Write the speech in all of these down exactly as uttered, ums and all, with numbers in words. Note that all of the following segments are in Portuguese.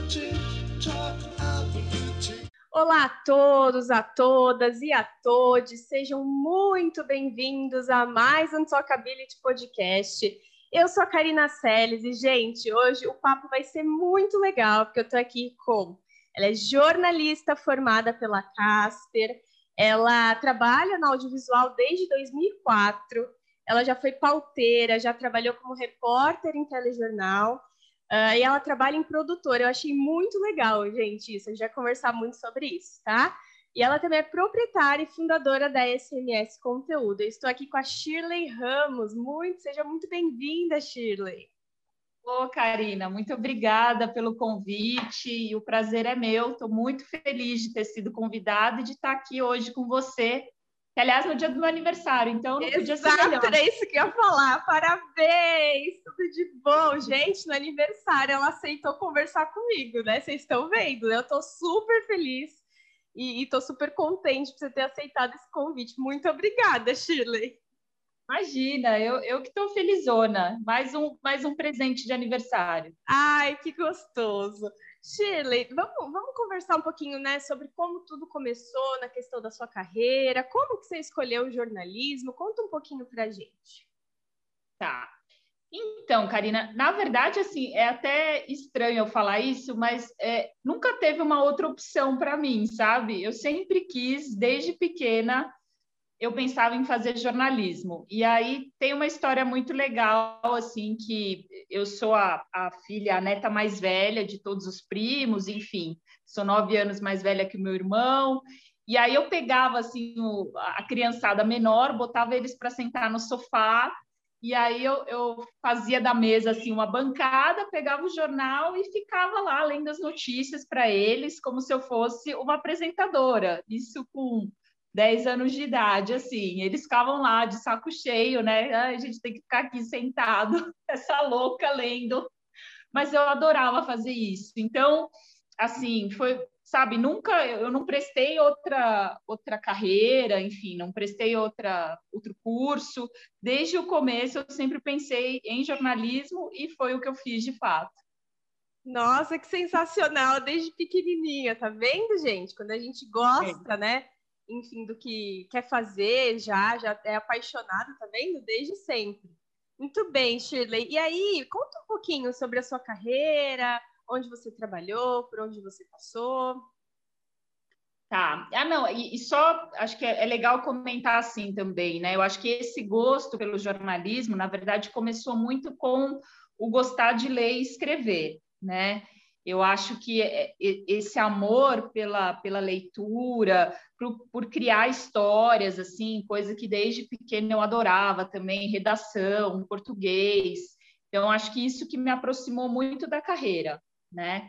Olá a todos, a todas e a todes, sejam muito bem-vindos a mais um Talkability Podcast. Eu sou a Karina Seles e, gente, hoje o papo vai ser muito legal, porque eu tô aqui com... Ela é jornalista formada pela Casper, ela trabalha no audiovisual desde dois mil e quatro, ela já foi pauteira, já trabalhou como repórter em telejornal, uh, e ela trabalha em produtora. Eu achei muito legal, gente, isso, a gente vai conversar muito sobre isso, tá? E ela também é proprietária e fundadora da S M S Conteúdo. Eu estou aqui com a Shirley Ramos. Muito, seja muito bem-vinda, Shirley. Ô, Karina, muito obrigada pelo convite, e o prazer é meu. Estou muito feliz de ter sido convidada e de estar aqui hoje com você, que, aliás, no dia do meu aniversário, então não podia ser melhor. Exato, era isso que eu ia falar. Parabéns, tudo de bom. Gente, no aniversário ela aceitou conversar comigo, né? Vocês estão vendo, né? Eu estou super feliz e estou super contente por você ter aceitado esse convite. Muito obrigada, Shirley. Imagina, eu, eu que estou felizona. Mais um, mais um presente de aniversário. Ai, que gostoso. Shirley, vamos, vamos conversar um pouquinho, né, sobre como tudo começou na questão da sua carreira, como que você escolheu o jornalismo? Conta um pouquinho pra gente. Tá. Então, Karina, na verdade, assim, é até estranho eu falar isso, mas é, nunca teve uma outra opção para mim, sabe? Eu sempre quis, desde pequena, eu pensava em fazer jornalismo. E aí tem uma história muito legal, assim, que eu sou a, a filha, a neta mais velha de todos os primos, enfim, sou nove anos mais velha que o meu irmão. E aí eu pegava, assim, o, a criançada menor, botava eles para sentar no sofá, e aí eu, eu fazia da mesa, assim, uma bancada, pegava o jornal e ficava lá lendo as notícias para eles, como se eu fosse uma apresentadora. Isso com dez anos de idade, assim, eles ficavam lá de saco cheio, né? Ai, a gente tem que ficar aqui sentado, essa louca lendo. Mas eu adorava fazer isso. Então, assim, foi, sabe, nunca, eu não prestei outra outra carreira, enfim, não prestei outra outro curso. Desde o começo eu sempre pensei em jornalismo e foi o que eu fiz de fato. Nossa, que sensacional, desde pequenininha, tá vendo, gente? Quando a gente gosta, é. né? Enfim, do que quer fazer, já, já é apaixonado, tá vendo? Desde sempre. Muito bem, Shirley. E aí, conta um pouquinho sobre a sua carreira, onde você trabalhou, por onde você passou. Tá. Ah, não, e, e só acho que é, é legal comentar assim também, né? Eu acho que esse gosto pelo jornalismo, na verdade, começou muito com o gostar de ler e escrever, né? Eu acho que esse amor pela, pela leitura, por, por criar histórias, assim, coisa que desde pequena eu adorava também, redação, português. Então, acho que isso que me aproximou muito da carreira, né?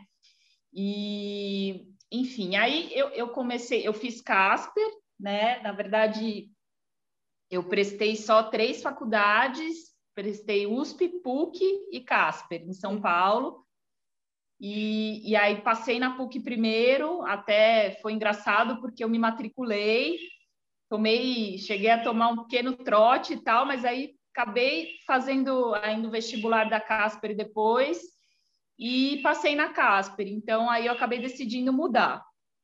E, enfim, aí eu, eu comecei, eu fiz Casper, né? Na verdade, eu prestei só três faculdades, prestei U S P, PUC e Casper, em São Paulo. E, e aí passei na PUC primeiro, até foi engraçado porque eu me matriculei, tomei, cheguei a tomar um pequeno trote e tal, mas aí acabei fazendo ainda o vestibular da Casper depois e passei na Casper. Então aí eu acabei decidindo mudar.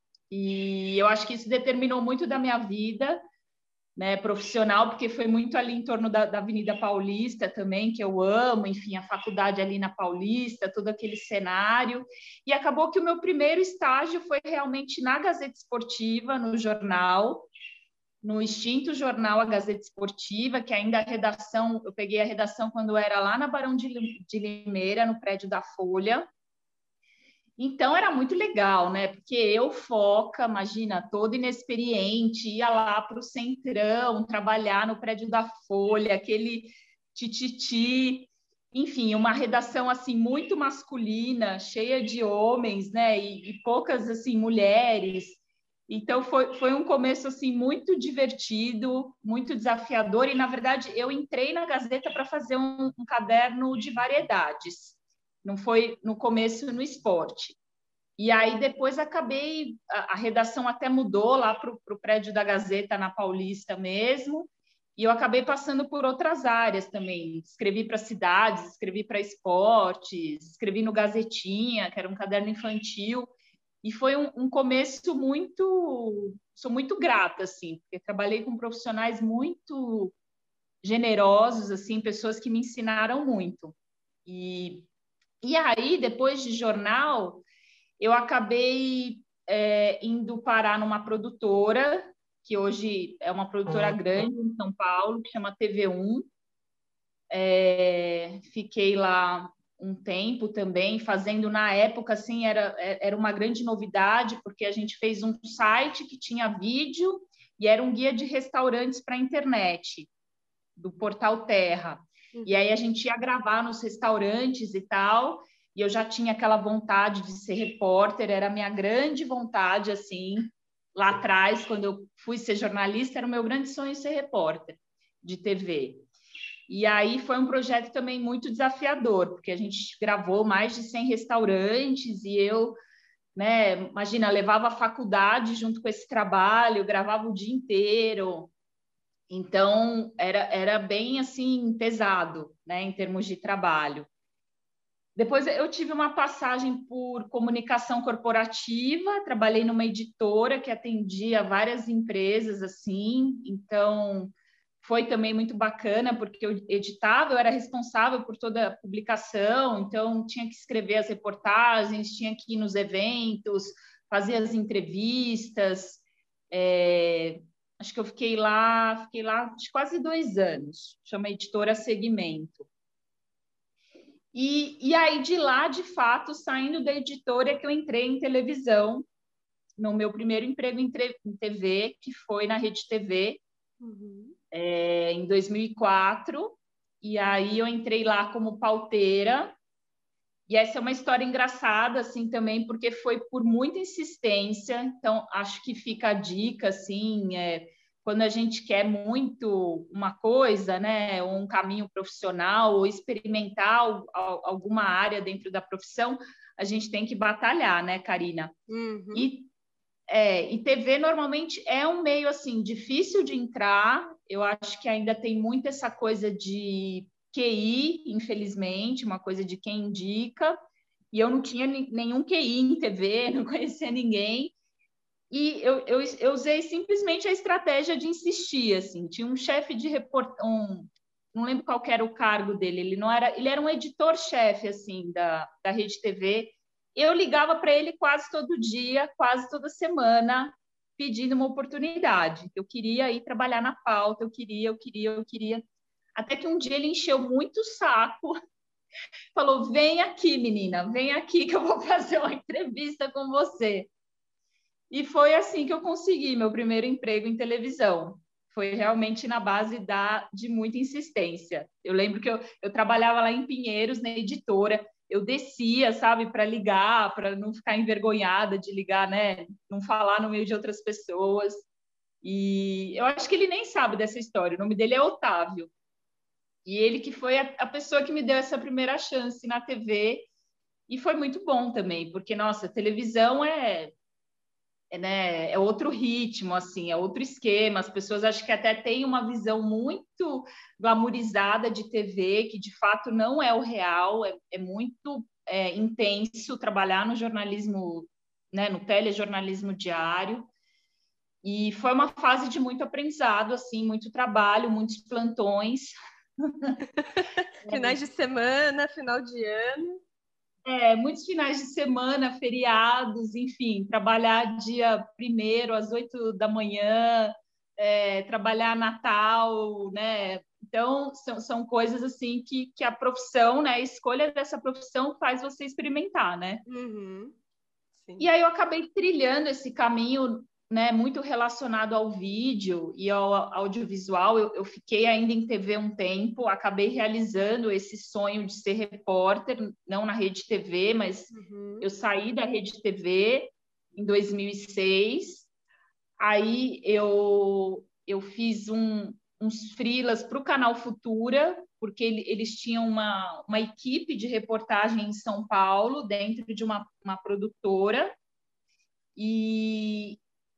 E eu acho que isso determinou muito da minha vida, né, profissional, porque foi muito ali em torno da, da Avenida Paulista também, que eu amo, enfim, a faculdade ali na Paulista, todo aquele cenário. E acabou que o meu primeiro estágio foi realmente na Gazeta Esportiva, no jornal, no extinto jornal A Gazeta Esportiva, que ainda a redação, eu peguei a redação quando eu era lá na Barão de Limeira, no prédio da Folha. Então, era muito legal, né? Porque eu, foca, imagina, toda inexperiente, ia lá para o Centrão, trabalhar no prédio da Folha, aquele tititi, enfim, uma redação, assim, muito masculina, cheia de homens, né? E, e poucas, assim, mulheres. Então, foi, foi um começo, assim, muito divertido, muito desafiador. E, na verdade, eu entrei na Gazeta para fazer um, um caderno de variedades. Não foi no começo no esporte. E aí depois acabei, a, a redação até mudou lá para o prédio da Gazeta na Paulista mesmo, E eu acabei passando por outras áreas também. Escrevi para cidades, escrevi para esportes, escrevi no Gazetinha, que era um caderno infantil. E foi um, um começo muito... Sou muito grata, assim, porque trabalhei com profissionais muito generosos, assim, pessoas que me ensinaram muito. E, e aí, depois de jornal, eu acabei é, indo parar numa produtora, que hoje é uma produtora grande em São Paulo, que chama T V um. É, fiquei lá um tempo também, fazendo na época, assim, era, era uma grande novidade, porque a gente fez um site que tinha vídeo e era um guia de restaurantes para a internet, do Portal Terra. Uhum. E aí a gente ia gravar nos restaurantes e tal, e eu já tinha aquela vontade de ser repórter, era a minha grande vontade, assim, lá atrás, quando eu fui ser jornalista, era o meu grande sonho ser repórter de T V. E aí foi um projeto também muito desafiador, porque a gente gravou mais de cem restaurantes e eu, né, imagina, levava a faculdade junto com esse trabalho, gravava o dia inteiro. Então, era, era bem, assim, pesado, né, em termos de trabalho. Depois eu tive uma passagem por comunicação corporativa, trabalhei numa editora que atendia várias empresas, assim, então foi também muito bacana, porque eu editava, eu era responsável por toda a publicação, então tinha que escrever as reportagens, tinha que ir nos eventos, fazer as entrevistas, é, acho que eu fiquei lá, fiquei lá quase dois anos, chama Editora Segmento. E, e aí, de lá, de fato, saindo da editora, é que eu entrei em televisão, no meu primeiro emprego em, em T V, que foi na Rede T V, uhum. é, em dois mil e quatro. E aí eu entrei lá como pauteira. E essa é uma história engraçada, assim, também, porque foi por muita insistência. Então, acho que fica a dica, assim, é, quando a gente quer muito uma coisa, né, ou um caminho profissional, ou experimentar alguma área dentro da profissão, a gente tem que batalhar, né, Karina? Uhum. E, é, e T V normalmente é um meio, assim, difícil de entrar. Eu acho que ainda tem muito essa coisa de Q I, infelizmente, uma coisa de quem indica. E eu não tinha nenhum Q I em T V, não conhecia ninguém. E eu, eu, eu usei simplesmente a estratégia de insistir, assim. Tinha um chefe de reportagem, um, não lembro qual era o cargo dele, ele não era, ele era um editor-chefe, assim, da, da Rede T V. Eu ligava para ele quase todo dia, quase toda semana, pedindo uma oportunidade. Eu queria ir trabalhar na pauta, eu queria, eu queria, eu queria. Até que um dia ele encheu muito o saco, falou, vem aqui, menina, vem aqui que eu vou fazer uma entrevista com você. E foi assim que eu consegui meu primeiro emprego em televisão. Foi realmente na base da, de muita insistência. Eu lembro que eu, eu trabalhava lá em Pinheiros, na editora, eu descia, sabe, para ligar, para não ficar envergonhada de ligar, né, não falar no meio de outras pessoas. E eu acho que ele nem sabe dessa história, o nome dele é Otávio. E ele que foi a, a pessoa que me deu essa primeira chance na T V, e foi muito bom também, porque, nossa, televisão é... É, né, é outro ritmo, assim, é outro esquema. As pessoas acho que até têm uma visão muito glamourizada de T V, que de fato não é o real, é, é muito é, intenso trabalhar no jornalismo, né, no telejornalismo diário. E foi uma fase de muito aprendizado, assim, muito trabalho, muitos plantões. Finais de semana, final de ano. É, muitos finais de semana, feriados, enfim, trabalhar dia primeiro às oito da manhã, é, trabalhar Natal, né? Então, são, são coisas assim que, que a profissão, né? A escolha dessa profissão faz você experimentar, né? Uhum. Sim. E aí eu acabei trilhando esse caminho, né, muito relacionado ao vídeo e ao audiovisual. Eu, eu fiquei ainda em T V um tempo, acabei realizando esse sonho de ser repórter, não na Rede T V, mas uhum. eu saí da Rede T V em dois mil e seis. Aí eu, eu fiz um, uns freelas para o Canal Futura, porque ele, eles tinham uma, uma equipe de reportagem em São Paulo, dentro de uma, uma produtora. E,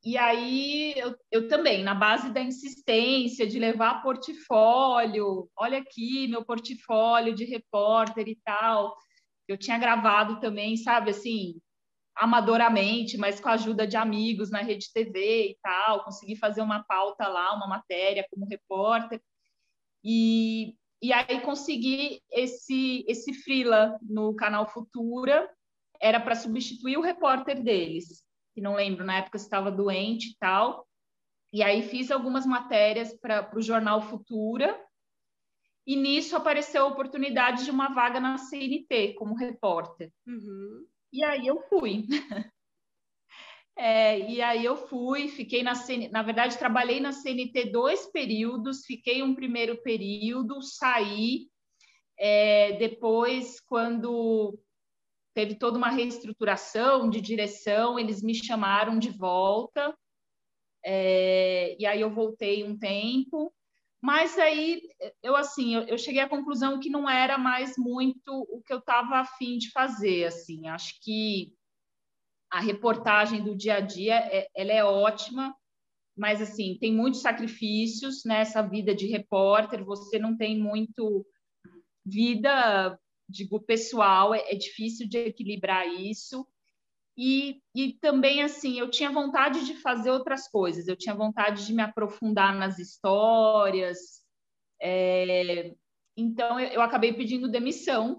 e aí eu, eu também, na base da insistência de levar portfólio, olha aqui meu portfólio de repórter e tal. Eu tinha gravado também, sabe, assim, amadoramente, mas com a ajuda de amigos na Rede T V e tal, consegui fazer uma pauta lá, uma matéria como repórter, e, e aí consegui esse, esse freela no canal Futura, era para substituir o repórter deles, que não lembro, na época estava doente e tal, e aí fiz algumas matérias para o jornal Futura, e nisso apareceu a oportunidade de uma vaga na C N T como repórter. Uhum. E aí eu fui. É, e aí eu fui, fiquei na C N T, na verdade, trabalhei na C N T dois períodos, fiquei um primeiro período, saí. É, depois, quando teve toda uma reestruturação de direção, eles me chamaram de volta. É, e aí eu voltei um tempo. Mas aí eu assim, eu, eu cheguei à conclusão que não era mais muito o que eu estava a fim de fazer. Assim, acho que a reportagem do dia a dia, é, ela é ótima, mas, assim, tem muitos sacrifícios nessa vida de repórter, você não tem muito vida, digo, pessoal, é, é difícil de equilibrar isso. E, e também, assim, eu tinha vontade de fazer outras coisas, eu tinha vontade de me aprofundar nas histórias, é, então eu, eu acabei pedindo demissão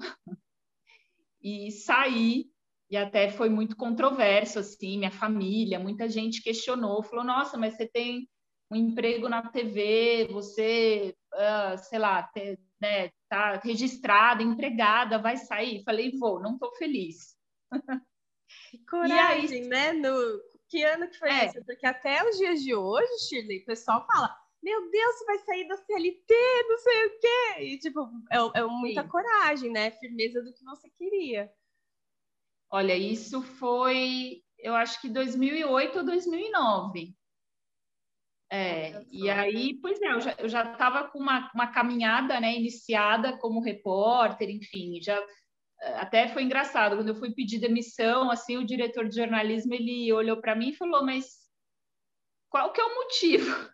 e saí. E até foi muito controverso, assim, minha família, muita gente questionou, falou, nossa, mas você tem um emprego na T V, você, uh, sei lá, te, né, tá registrada, empregada, vai sair? Falei, vou, não estou feliz. Que E aí, coragem, né? No... Que ano que foi é, isso? Porque até os dias de hoje, Shirley, o pessoal fala, meu Deus, você vai sair da C L T, não sei o quê. E, tipo, é, é muita sim. coragem, né? Firmeza do que você queria. Olha, isso foi, eu acho que dois mil e oito ou dois mil e nove. É, Olha e só. aí, pois é, eu já estava com uma, uma caminhada, né, iniciada como repórter, enfim, já até foi engraçado, quando eu fui pedir demissão, assim, o diretor de jornalismo, ele olhou para mim e falou, mas qual que é o motivo?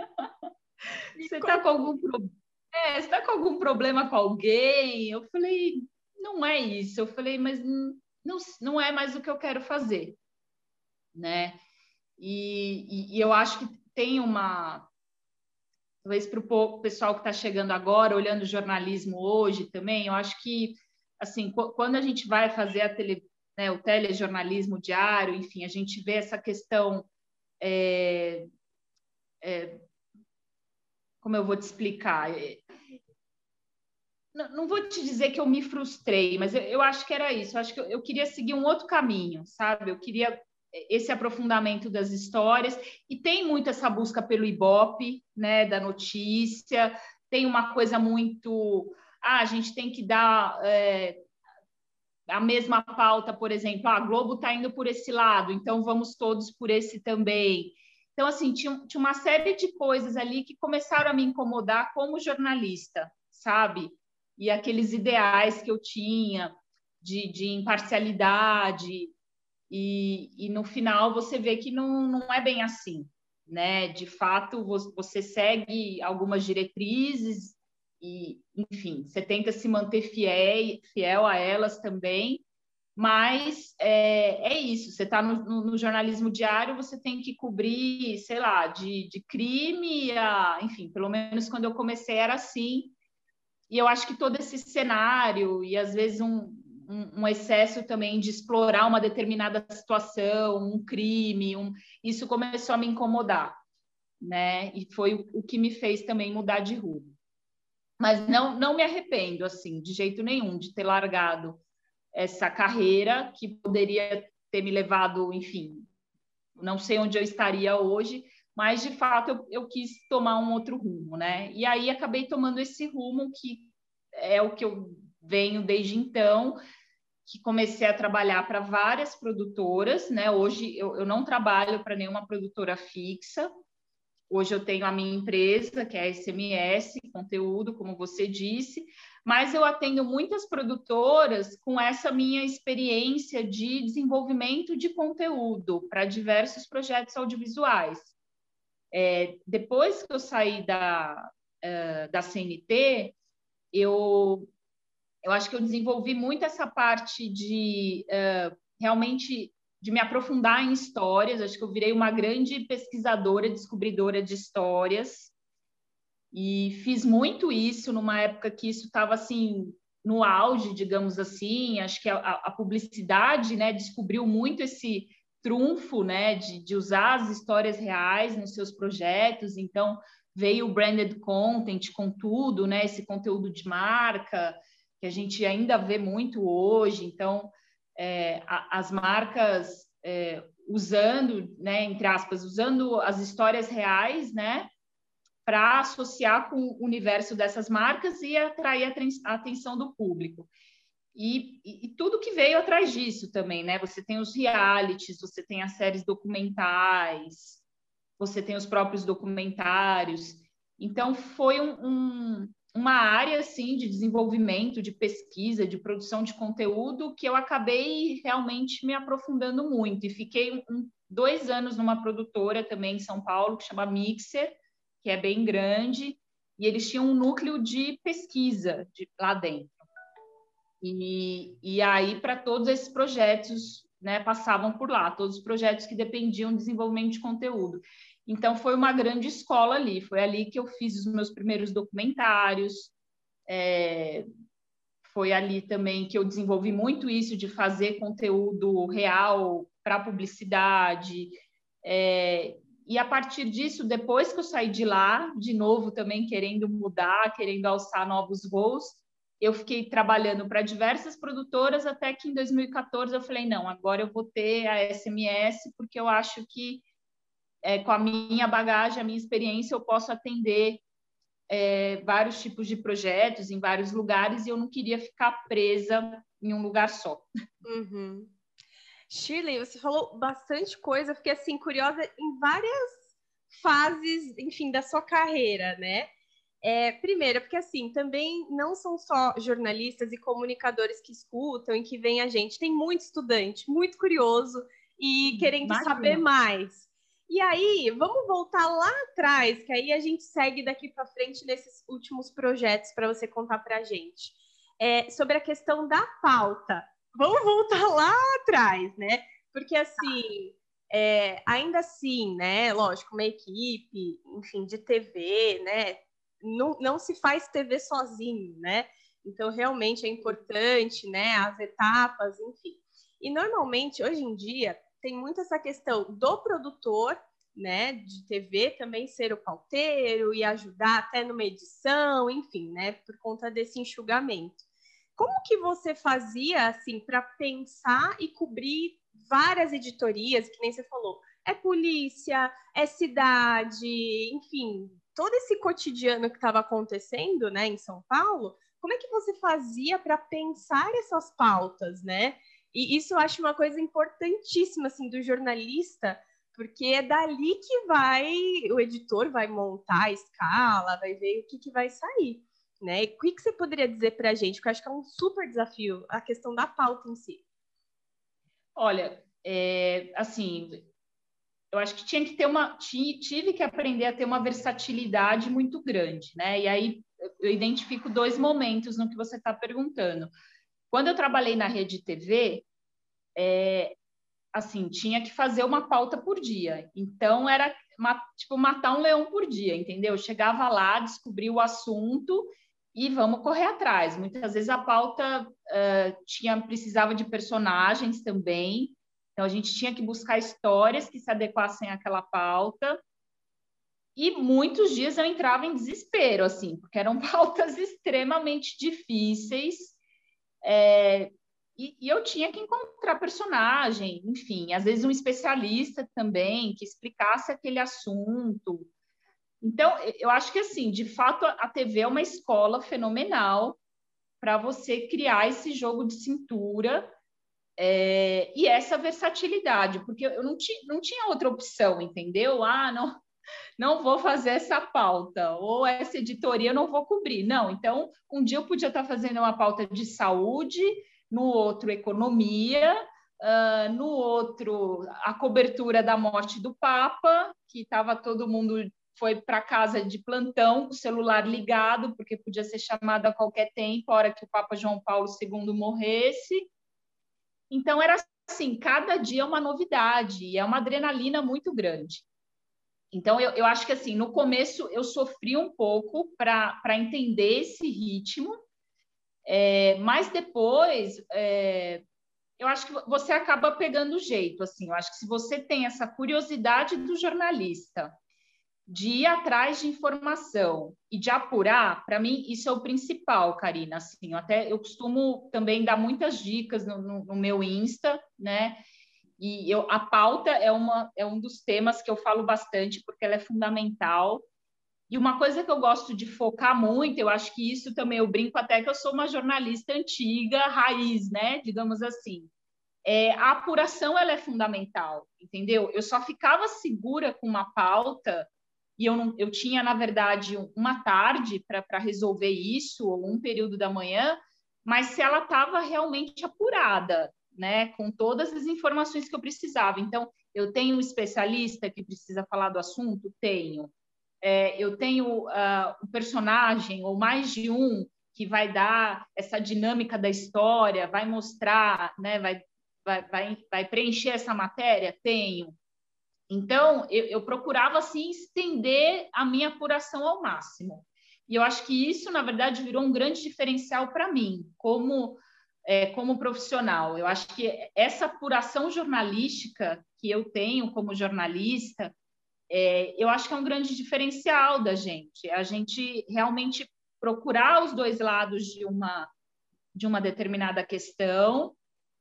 Me Você está com conta. algum problema? É, você tá com algum problema com alguém? Eu falei, não é isso. Eu falei, mas não, não é mais o que eu quero fazer, né? E, e, e eu acho que tem uma, talvez para o pessoal que está chegando agora, olhando o jornalismo hoje também, eu acho que, assim, quando a gente vai fazer a tele, né, o telejornalismo diário, enfim, a gente vê essa questão, é, é, como eu vou te explicar? Não, não vou te dizer que eu me frustrei, mas eu, eu acho que era isso. Eu acho que eu, eu queria seguir um outro caminho, sabe? Eu queria esse aprofundamento das histórias, e tem muito essa busca pelo Ibope, né, da notícia, tem uma coisa muito... Ah, a gente tem que dar é, a mesma pauta, por exemplo, ah, a Globo está indo por esse lado, então vamos todos por esse também. Então, assim, tinha, tinha uma série de coisas ali que começaram a me incomodar como jornalista, sabe? E aqueles ideais que eu tinha de, de imparcialidade, e, e no final você vê que não, não é bem assim, né? De fato, você segue algumas diretrizes e, enfim, você tenta se manter fiel, fiel a elas também, mas é, é isso, você está no, no, no jornalismo diário, você tem que cobrir, sei lá, de, de crime, a, enfim, pelo menos quando eu comecei era assim, e eu acho que todo esse cenário, e às vezes um, um, um excesso também de explorar uma determinada situação, um crime, um, isso começou a me incomodar, né? E foi o, o que me fez também mudar de rumo. Mas não, não me arrependo, assim, de jeito nenhum, de ter largado essa carreira que poderia ter me levado, enfim, não sei onde eu estaria hoje, mas de fato eu, eu quis tomar um outro rumo, né? E aí acabei tomando esse rumo que é o que eu venho desde então, que comecei a trabalhar para várias produtoras, né? Hoje eu, eu não trabalho para nenhuma produtora fixa, hoje eu tenho a minha empresa, que é a S M S, conteúdo, como você disse, mas eu atendo muitas produtoras com essa minha experiência de desenvolvimento de conteúdo para diversos projetos audiovisuais. É, depois que eu saí da, uh, da C N T, eu, eu acho que eu desenvolvi muito essa parte de uh, realmente de me aprofundar em histórias. Acho que eu virei uma grande pesquisadora, descobridora de histórias, e fiz muito isso numa época que isso estava assim no auge, digamos assim. Acho que a, a publicidade, né, descobriu muito esse trunfo, né, de, de usar as histórias reais nos seus projetos. Então veio o branded content com tudo, né, esse conteúdo de marca que a gente ainda vê muito hoje. Então é, a, as marcas é, usando, né, entre aspas, usando as histórias reais, né, para associar com o universo dessas marcas e atrair a atenção do público. E, e, e tudo que veio atrás disso também, né? Você tem os realities, você tem as séries documentais, você tem os próprios documentários. Então, foi um, um, uma área, assim, de desenvolvimento, de pesquisa, de produção de conteúdo que eu acabei realmente me aprofundando muito. E fiquei um, dois anos numa produtora também em São Paulo, que chama Mixer, que é bem grande, e eles tinham um núcleo de pesquisa de, lá dentro. E, e aí, para todos esses projetos, né, passavam por lá, todos os projetos que dependiam do desenvolvimento de conteúdo. Então, foi uma grande escola ali, foi ali que eu fiz os meus primeiros documentários, é, foi ali também que eu desenvolvi muito isso de fazer conteúdo real para publicidade, é, e a partir disso, depois que eu saí de lá, de novo também querendo mudar, querendo alçar novos voos, eu fiquei trabalhando para diversas produtoras, até que em dois mil e quatorze eu falei, não, agora eu vou ter a S M S, porque eu acho que é, com a minha bagagem, a minha experiência, eu posso atender é, vários tipos de projetos em vários lugares, e eu não queria ficar presa em um lugar só. Uhum. Shirley, você falou bastante coisa, fiquei assim curiosa em várias fases, enfim, da sua carreira, né? É, primeiro, porque assim, também não são só jornalistas e comunicadores que escutam e que vêm a gente, tem muito estudante, muito curioso e querendo Imagina. saber mais. E aí, vamos voltar lá atrás, que aí a gente segue daqui para frente nesses últimos projetos para você contar para a gente. É, sobre a questão da pauta. Vamos voltar lá atrás, né? Porque, assim, é, ainda assim, né? Lógico, uma equipe, enfim, de T V, né? Não, não se faz T V sozinho, né? Então, realmente é importante, né? As etapas, enfim. E, normalmente, hoje em dia, tem muito essa questão do produtor, né? De T V também ser o pauteiro e ajudar até numa edição, enfim, né? Por conta desse enxugamento. Como que você fazia, assim, para pensar e cobrir várias editorias, que nem você falou, é polícia, é cidade, enfim, todo esse cotidiano que estava acontecendo, né, em São Paulo, como é que você fazia para pensar essas pautas, né? E isso eu acho uma coisa importantíssima, assim, do jornalista, porque é dali que vai, o editor vai montar a escala, vai ver o que, que vai sair. Né? E o que você poderia dizer para a gente? Porque eu acho que é um super desafio a questão da pauta em si. Olha, é, assim, eu acho que tinha que ter uma, tive que aprender a ter uma versatilidade muito grande, né? E aí eu identifico dois momentos no que você está perguntando. Quando eu trabalhei na Rede T V, é, assim, tinha que fazer uma pauta por dia. Então era tipo matar um leão por dia, entendeu? Eu chegava lá, descobria o assunto e vamos correr atrás. Muitas vezes a pauta uh, tinha, precisava de personagens também, então a gente tinha que buscar histórias que se adequassem àquela pauta, e muitos dias eu entrava em desespero, assim, porque eram pautas extremamente difíceis, é, e, e eu tinha que encontrar personagem, enfim, às vezes um especialista também, que explicasse aquele assunto. Então, eu acho que, assim, de fato, a T V é uma escola fenomenal para você criar esse jogo de cintura é, e essa versatilidade, porque eu não, ti, não tinha outra opção, entendeu? Ah, não, não vou fazer essa pauta, ou essa editoria eu não vou cobrir. Não, então, um dia eu podia estar fazendo uma pauta de saúde, no outro, economia, uh, no outro, a cobertura da morte do Papa, que estava todo mundo, foi para casa de plantão, com o celular ligado, porque podia ser chamado a qualquer tempo, a hora que o Papa João Paulo segundo morresse. Então, era assim, cada dia é uma novidade, e é uma adrenalina muito grande. Então, eu, eu acho que, assim, no começo eu sofri um pouco para entender esse ritmo, é, mas depois é, eu acho que você acaba pegando o jeito, assim. Eu acho que se você tem essa curiosidade do jornalista de ir atrás de informação e de apurar, para mim, isso é o principal, Karina. Assim, eu até eu costumo também dar muitas dicas no, no, no meu Insta, né? E eu, a pauta é, uma, é um dos temas que eu falo bastante, porque ela é fundamental. E uma coisa que eu gosto de focar muito, eu acho que isso também, eu brinco até que eu sou uma jornalista antiga, raiz, né? Digamos assim. É, a apuração, ela é fundamental, entendeu? Eu só ficava segura com uma pauta, e eu, não, eu tinha, na verdade, uma tarde para resolver isso, ou um período da manhã, mas se ela estava realmente apurada, né, com todas as informações que eu precisava. Então, eu tenho um especialista que precisa falar do assunto? Tenho. É, eu tenho uh, um personagem, ou mais de um, que vai dar essa dinâmica da história, vai mostrar, né, vai, vai, vai, vai preencher essa matéria? Tenho. Então, eu, eu procurava, assim, estender a minha apuração ao máximo. E eu acho que isso, na verdade, virou um grande diferencial para mim, como, é, como profissional. Eu acho que essa apuração jornalística que eu tenho como jornalista, é, eu acho que é um grande diferencial da gente. A gente realmente procurar os dois lados de uma, de uma determinada questão,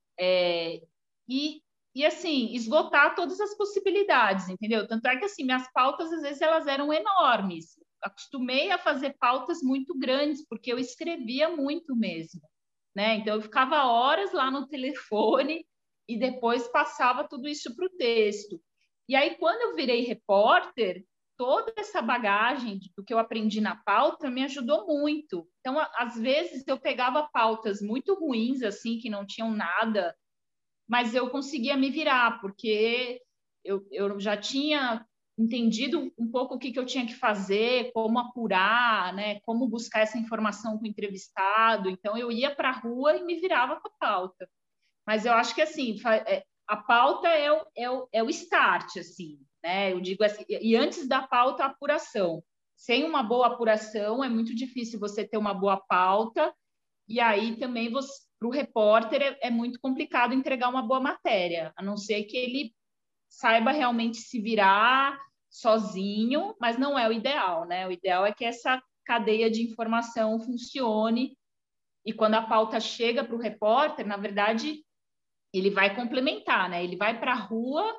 é, e E, assim, esgotar todas as possibilidades, entendeu? Tanto é que, assim, minhas pautas, às vezes, elas eram enormes. Acostumei a fazer pautas muito grandes, porque eu escrevia muito mesmo, né? Então, eu ficava horas lá no telefone e depois passava tudo isso para o texto. E aí, quando eu virei repórter, toda essa bagagem do que eu aprendi na pauta me ajudou muito. Então, às vezes, eu pegava pautas muito ruins, assim, que não tinham nada, mas eu conseguia me virar, porque eu, eu já tinha entendido um pouco o que, que eu tinha que fazer, como apurar, né, como buscar essa informação com o entrevistado. Então, eu ia para a rua e me virava com a pauta. Mas eu acho que, assim, a pauta é o, é o, é o start, assim, né? Eu digo assim, e antes da pauta, a apuração. Sem uma boa apuração, é muito difícil você ter uma boa pauta, e aí também para o repórter é, é muito complicado entregar uma boa matéria, a não ser que ele saiba realmente se virar sozinho, mas não é o ideal, né? O ideal é que essa cadeia de informação funcione, e quando a pauta chega para o repórter, na verdade, ele vai complementar, né? Ele vai para a rua,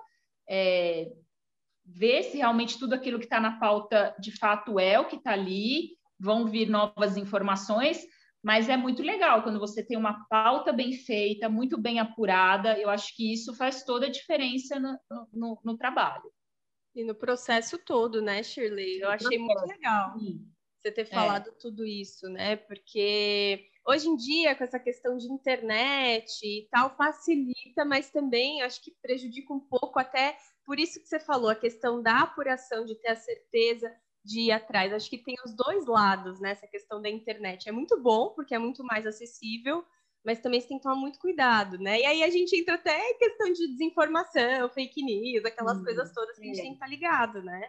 é, ver se realmente tudo aquilo que está na pauta de fato é o que está ali, vão vir novas informações, mas é muito legal quando você tem uma pauta bem feita, muito bem apurada. Eu acho que isso faz toda a diferença no, no, no trabalho. E no processo todo, né, Shirley? Eu achei muito legal você ter falado é. tudo isso, né? Porque hoje em dia, com essa questão de internet e tal, facilita, mas também acho que prejudica um pouco, até por isso que você falou, a questão da apuração, de ter a certeza de ir atrás. Acho que tem os dois lados, né? Essa questão da internet. É muito bom, porque é muito mais acessível, mas também você tem que tomar muito cuidado, né? E aí a gente entra até em questão de desinformação, fake news, aquelas hum, coisas todas que é. a gente tem que estar ligado, né?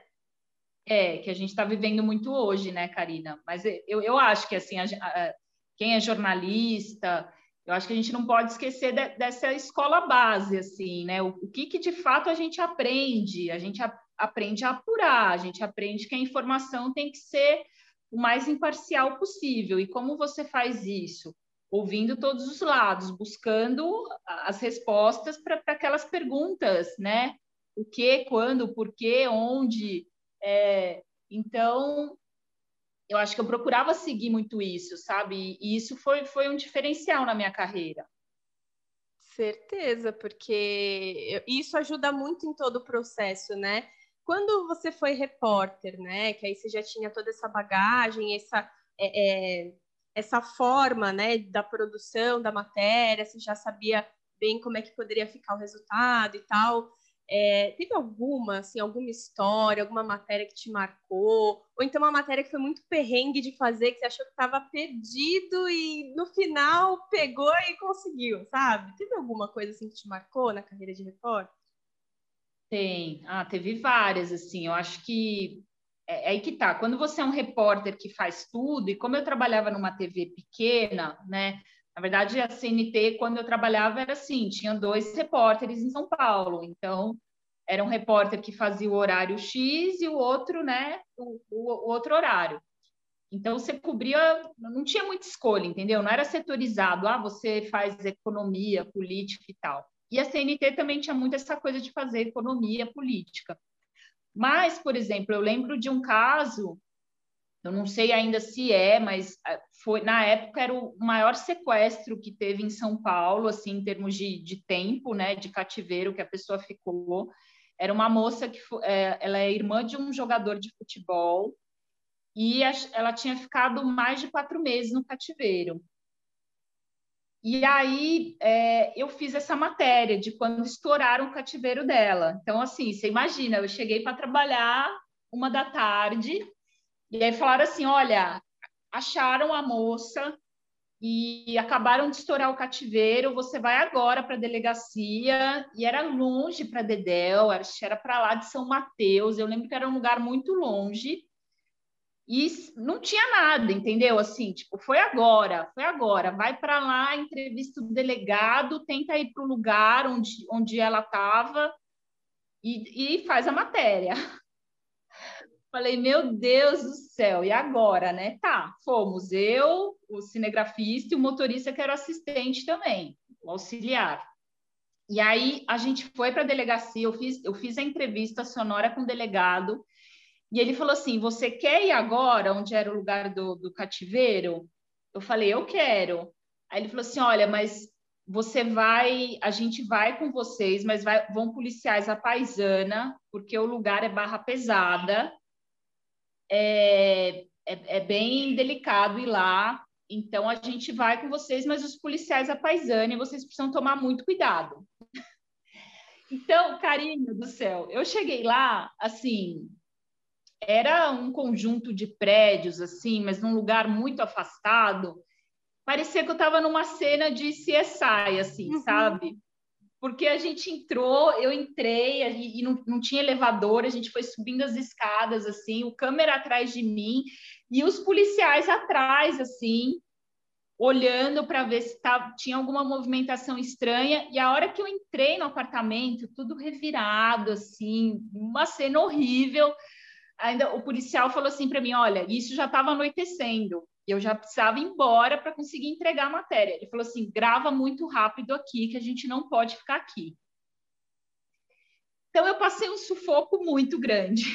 É, que a gente está vivendo muito hoje, né, Karina? Mas eu, eu acho que, assim, a, a, quem é jornalista, eu acho que a gente não pode esquecer de, dessa escola base, assim, né? O, o que, que, de fato, a gente aprende? A gente a, aprende a apurar, a gente aprende que a informação tem que ser o mais imparcial possível. E como você faz isso? Ouvindo todos os lados, buscando as respostas para aquelas perguntas, né? O que, quando, por quê, onde... É, então, eu acho que eu procurava seguir muito isso, sabe? E isso foi, foi um diferencial na minha carreira. Certeza, porque isso ajuda muito em todo o processo, né? quando você foi repórter, né, que aí você já tinha toda essa bagagem, essa, é, é, essa forma, né, da produção da matéria, você já sabia bem como é que poderia ficar o resultado e tal. É, teve alguma, assim, alguma história, alguma matéria que te marcou? Ou então uma matéria que foi muito perrengue de fazer, que você achou que estava perdido e no final pegou e conseguiu, sabe? Teve alguma coisa assim que te marcou na carreira de repórter? Tem. Ah, teve várias, assim. Eu acho que é, é aí que tá. Quando você é um repórter que faz tudo, e como eu trabalhava numa T V pequena, né? Na verdade, a C N T, quando eu trabalhava, era assim: tinha dois repórteres em São Paulo. Então, era um repórter que fazia o horário X e o outro, né? O, o, o outro horário. Então, você cobria, não tinha muita escolha, entendeu? Não era setorizado, ah, você faz economia, política e tal. E a C N T também tinha muito essa coisa de fazer economia, política. Mas, por exemplo, eu lembro de um caso, eu não sei ainda se é, mas foi na época era o maior sequestro que teve em São Paulo, assim, em termos de, de tempo, né, de cativeiro que a pessoa ficou. Era uma moça que é, ela é irmã de um jogador de futebol e ela tinha ficado mais de quatro meses no cativeiro. E aí é, eu fiz essa matéria de quando estouraram o cativeiro dela. Então, assim, você imagina, eu cheguei para trabalhar uma da tarde, e aí falaram assim: olha, acharam a moça e acabaram de estourar o cativeiro, você vai agora para a delegacia. E era longe para Dedéu, era para lá de São Mateus, eu lembro que era um lugar muito longe. E não tinha nada, entendeu? Assim, tipo, foi agora, foi agora. Vai para lá, entrevista o delegado, tenta ir para o lugar onde, onde ela estava e, e faz a matéria. Falei, meu Deus do céu, e agora, né? Tá, fomos eu, o cinegrafista e o motorista, que era o assistente também, o auxiliar. E aí a gente foi para a delegacia, eu fiz, eu fiz a entrevista sonora com o delegado. E ele falou assim: você quer ir agora, onde era o lugar do, do cativeiro? Eu falei: eu quero. Aí ele falou assim: olha, mas você vai, a gente vai com vocês, mas vai, vão policiais à paisana, porque o lugar é barra pesada, é, é, é bem delicado ir lá. Então a gente vai com vocês, mas os policiais à paisana, e vocês precisam tomar muito cuidado. Então, carinho do céu, eu cheguei lá, assim, era um conjunto de prédios, assim, mas num lugar muito afastado. Parecia que eu estava numa cena de C S I, assim, Uhum. sabe? Porque a gente entrou, eu entrei e não, não tinha elevador, a gente foi subindo as escadas, assim, o câmera atrás de mim e os policiais atrás, assim, olhando para ver se tava, tinha alguma movimentação estranha. E a hora que eu entrei no apartamento, tudo revirado, assim, uma cena horrível. Ainda o policial falou assim para mim: olha, isso já estava anoitecendo, eu já precisava ir embora para conseguir entregar a matéria. Ele falou assim: grava muito rápido aqui, que a gente não pode ficar aqui. Então eu passei um sufoco muito grande.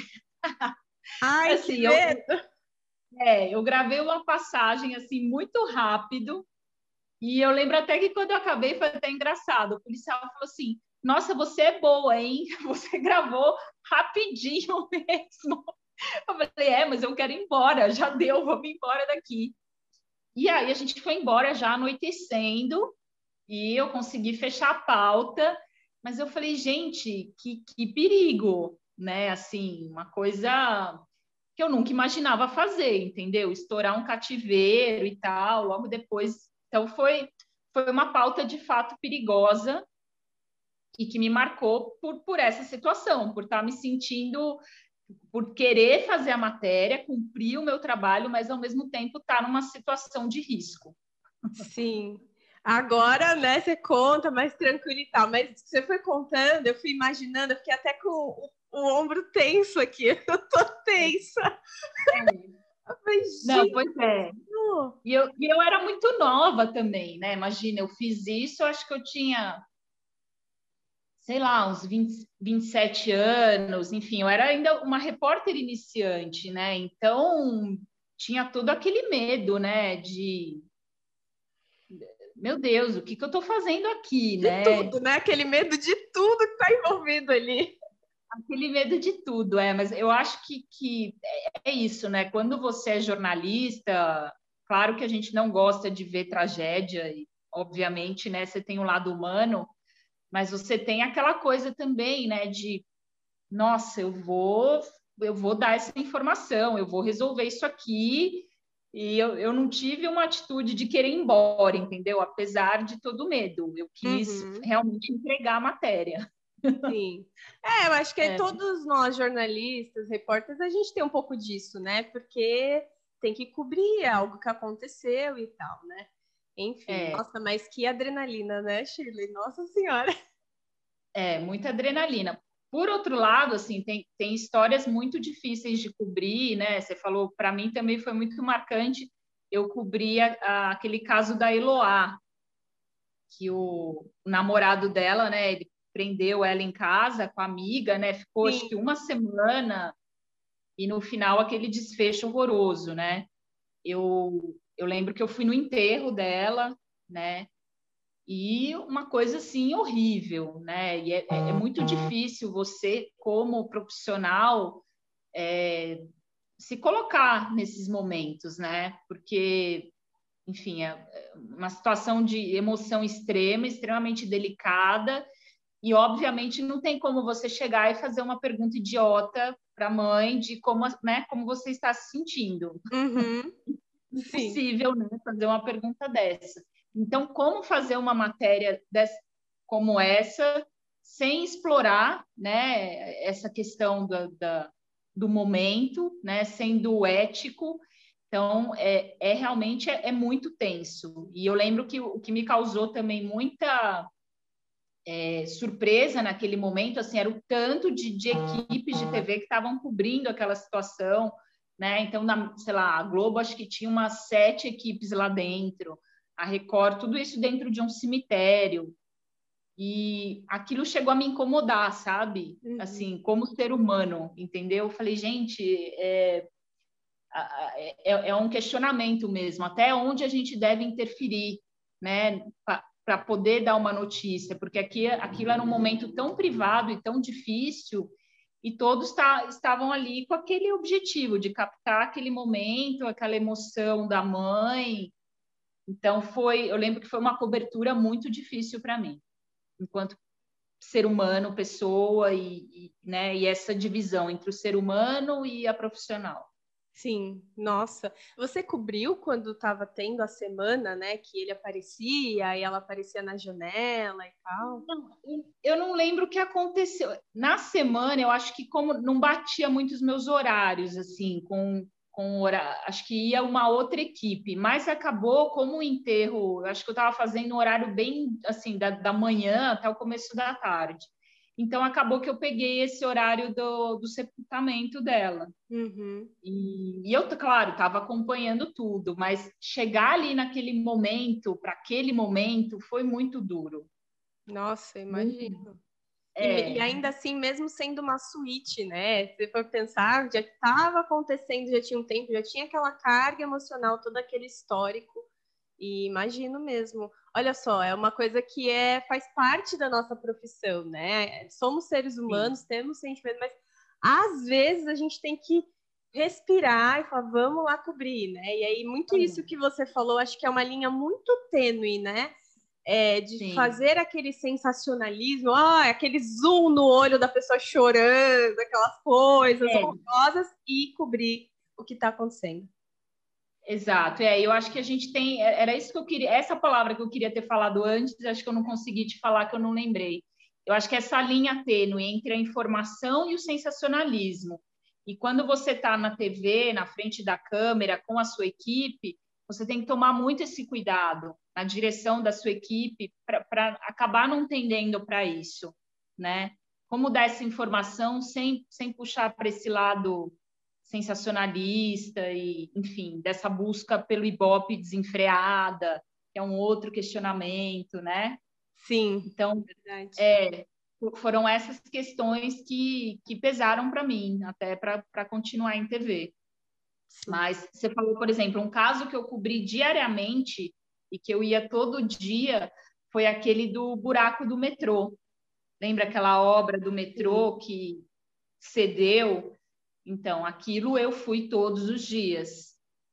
Ai, assim, que eu, medo! é, eu gravei uma passagem assim muito rápido, e eu lembro até que quando eu acabei foi até engraçado. O policial falou assim: nossa, você é boa, hein? Você gravou rapidinho mesmo. Eu falei, é, mas eu quero ir embora, já deu, vamos embora daqui. E aí a gente foi embora já anoitecendo e eu consegui fechar a pauta, mas eu falei, gente, que, que perigo, né? Assim, uma coisa que eu nunca imaginava fazer, entendeu? Estourar um cativeiro e tal, logo depois. Então foi, foi uma pauta de fato perigosa e que me marcou por, por essa situação, por estar me sentindo, por querer fazer a matéria, cumprir o meu trabalho, mas ao mesmo tempo estar numa situação de risco. Sim. Agora, né, você conta mais tranquilo e tal, mas você foi contando, eu fui imaginando, eu fiquei até com o, o ombro tenso aqui, eu tô tensa. É. Eu falei, Não, gente, pois é. E eu, e eu era muito nova também, né? Imagina, eu fiz isso, acho que eu tinha, sei lá, uns vinte, vinte e sete anos, enfim, eu era ainda uma repórter iniciante, né? Então, tinha todo aquele medo, né? De, meu Deus, o que que eu estou fazendo aqui, de né? tudo, né? Aquele medo de tudo que tá envolvido ali. aquele medo de tudo, é, mas eu acho que, que é isso, né? Quando você é jornalista, claro que a gente não gosta de ver tragédia, e obviamente, né, você tem um lado humano, mas você tem aquela coisa também, né, de, nossa, eu vou, eu vou dar essa informação, eu vou resolver isso aqui, e eu, eu não tive uma atitude de querer ir embora, entendeu? Apesar de todo o medo, eu quis Uhum. realmente entregar a matéria. Sim. É, eu acho que É, todos nós, jornalistas, repórteres, a gente tem um pouco disso, né? Porque tem que cobrir algo que aconteceu e tal, né? Enfim, é, nossa, mas que adrenalina, né, Shirley? Nossa Senhora. é, muita adrenalina. Por outro lado, assim, tem, tem histórias muito difíceis de cobrir, né? Você falou, para mim também foi muito marcante. Eu cobri a, a, aquele caso da Eloá, que o, o namorado dela, né? Ele prendeu ela em casa com a amiga, né? Ficou acho Sim, que uma semana e no final aquele desfecho horroroso, né? Eu, eu lembro que eu fui no enterro dela, né? E uma coisa assim horrível, né? E é, é muito difícil você, como profissional, é, se colocar nesses momentos, né? Porque, enfim, é uma situação de emoção extrema, extremamente delicada, e obviamente não tem como você chegar e fazer uma pergunta idiota para a mãe de como, né, como você está se sentindo. uhum, sim, Impossível, né, fazer uma pergunta dessa. Então, como fazer uma matéria dessa, como essa sem explorar, né, essa questão da, da, do momento, né, sendo ético? Então, é, é realmente é, é muito tenso. E eu lembro que o que me causou também muita é, surpresa naquele momento, assim, era o tanto de, de equipes de T V que estavam cobrindo aquela situação, né? Então, na, sei lá, a Globo acho que tinha umas sete equipes lá dentro, a Record, tudo isso dentro de um cemitério. E aquilo chegou a me incomodar, sabe? uhum, Assim, como ser humano, entendeu? Eu falei, gente, é, é, é um questionamento mesmo, até onde a gente deve interferir, né? Para poder dar uma notícia, porque aqui, aquilo era um momento tão privado e tão difícil, e todos tá, estavam ali com aquele objetivo de captar aquele momento, aquela emoção da mãe. Então foi, eu lembro que foi uma cobertura muito difícil para mim, enquanto ser humano, pessoa e, e, né, e essa divisão entre o ser humano e a profissional. sim. Nossa, você cobriu quando estava tendo a semana, né? Que ele aparecia e ela aparecia na janela e tal? Não, eu não lembro o que aconteceu. Na semana, eu acho que como não batia muito os meus horários, assim, com, com hora, acho que ia uma outra equipe, mas acabou como um enterro, eu acho que eu estava fazendo um horário bem, assim, da, da manhã até o começo da tarde. Então, acabou que eu peguei esse horário do, do sepultamento dela. Uhum. E, e eu, claro, estava acompanhando tudo, mas chegar ali naquele momento, para aquele momento, foi muito duro. Nossa, Muito. imagino. E, me- e É, ainda assim, mesmo sendo uma suíte, né? Se for pensar, já estava acontecendo, já tinha um tempo, já tinha aquela carga emocional, todo aquele histórico. E imagino mesmo. Olha só, é uma coisa que é, faz parte da nossa profissão, né? Somos seres sim. humanos, temos sentimentos, mas às vezes a gente tem que respirar e falar, vamos lá cobrir, né? E aí, muito isso que você falou, acho que é uma linha muito tênue, né? É, de Sim, fazer aquele sensacionalismo, ah, aquele zoom no olho da pessoa chorando, aquelas coisas é, horrorosas e cobrir o que está acontecendo. exato. É, eu acho que a gente tem. Era isso que eu queria, essa palavra que eu queria ter falado antes, acho que eu não consegui te falar, que eu não lembrei. Eu acho que essa linha tênue entre a informação e o sensacionalismo. E quando você está na T V, na frente da câmera, com a sua equipe, você tem que tomar muito esse cuidado na direção da sua equipe para acabar não tendendo para isso, né? Como dar essa informação sem, sem puxar para esse lado sensacionalista e, enfim, dessa busca pelo Ibope desenfreada, que é um outro questionamento, né? Sim, Então, verdade. é, foram essas questões que, que pesaram para mim, até para continuar em T V. Sim. Mas você falou, por exemplo, um caso que eu cobri diariamente e que eu ia todo dia foi aquele do buraco do metrô. Lembra aquela obra do Sim. metrô que cedeu. Então, aquilo eu fui todos os dias.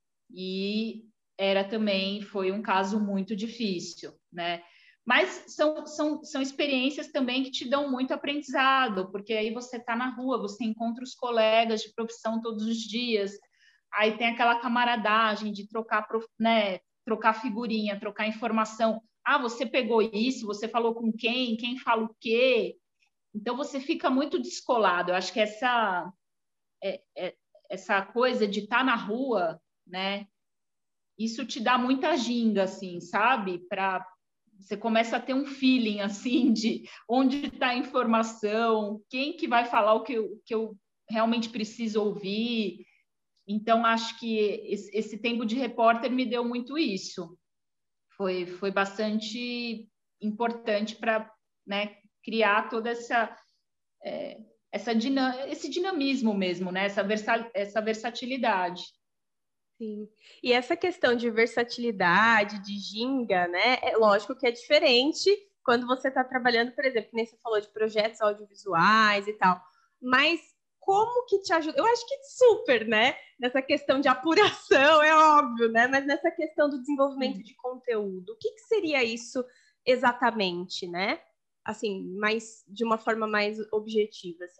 E era também, foi um caso muito difícil, né? Mas são, são, são experiências também que te dão muito aprendizado, porque aí você está na rua, você encontra os colegas de profissão todos os dias, aí tem aquela camaradagem de trocar, né, trocar figurinha, trocar informação. Ah, você pegou isso, você falou com quem, quem fala o quê? Então, você fica muito descolado. Eu acho que essa, é, é, essa coisa de estar na rua, né, isso te dá muita ginga, assim, sabe? Para você começa a ter um feeling assim de onde está a informação, quem que vai falar o que eu, que eu realmente preciso ouvir. Então, acho que esse, esse tempo de repórter me deu muito isso. Foi, foi bastante importante para, né, criar toda essa, é, essa dinam, esse dinamismo mesmo, né? Essa, versa, essa versatilidade. Sim. E essa questão de versatilidade, de ginga, né? É lógico que é diferente quando você está trabalhando, por exemplo, que nem você falou de projetos audiovisuais e tal. Mas como que te ajuda? Eu acho que super, né? Nessa questão de apuração, é óbvio, né? Mas nessa questão do desenvolvimento de conteúdo, o que, que seria isso exatamente, né? Assim, mais de uma forma mais objetiva, assim.